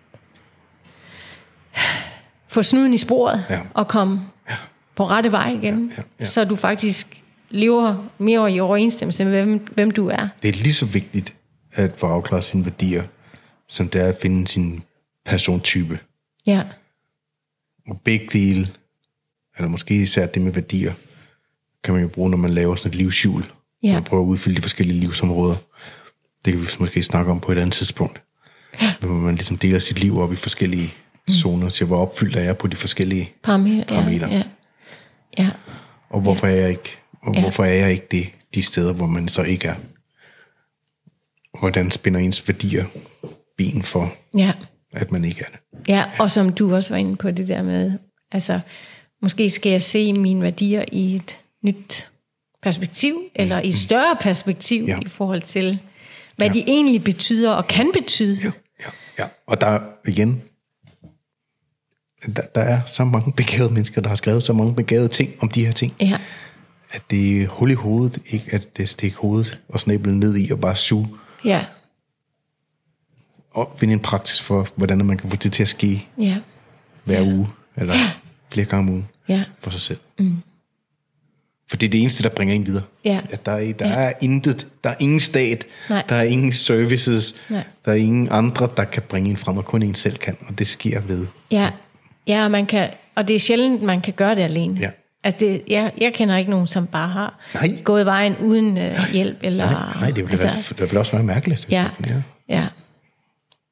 få snuden i sporet og komme på rette vej igen, så du faktisk lever mere i overensstemmelse med, hvem du er. Det er lige så vigtigt at få afklaret sine værdier, som det er at finde sin persontype. Ja. Og begge dele, eller måske især det med værdier, kan man jo bruge, når man laver sådan et livshjul. Ja. Man prøver at udfylde de forskellige livsområder. Det kan vi måske snakke om på et andet tidspunkt. Hvor man ligesom deler sit liv op i forskellige zoner, og siger, hvor opfyldt er jeg på de forskellige parametre. Ja. Og hvorfor er jeg ikke, hvorfor er jeg ikke det, de steder, hvor man så ikke er. Hvordan spænder ens værdier ben for, at man ikke er det. Ja, og som du også var inde på det der med, altså, måske skal jeg se mine værdier i et nyt perspektiv, eller i et større perspektiv, i forhold til, hvad de egentlig betyder, og kan betyde. Ja. Og der igen, der er så mange begavede mennesker, der har skrevet så mange begavede ting om de her ting, at det er hul i hovedet, ikke at det stikker hovedet og snablen ned i, og bare suge. Ja. Og finde en praksis for, hvordan man kan få det til at ske hver uge, eller flere gange om ugen, for sig selv. For det er det eneste, der bringer en videre. At der er intet, der er ingen stat, der er ingen services, der er ingen andre, der kan bringe en frem, og kun en selv kan, og det sker ved. Ja, man kan, og det er sjældent, man kan gøre det alene. Ja. Altså jeg kender ikke nogen, som bare har gået vejen uden hjælp. Eller, nej, det vil også være mærkeligt. Ja.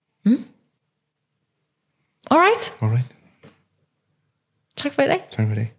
Alright. Alright. Tak for i dag. Tak for i dag.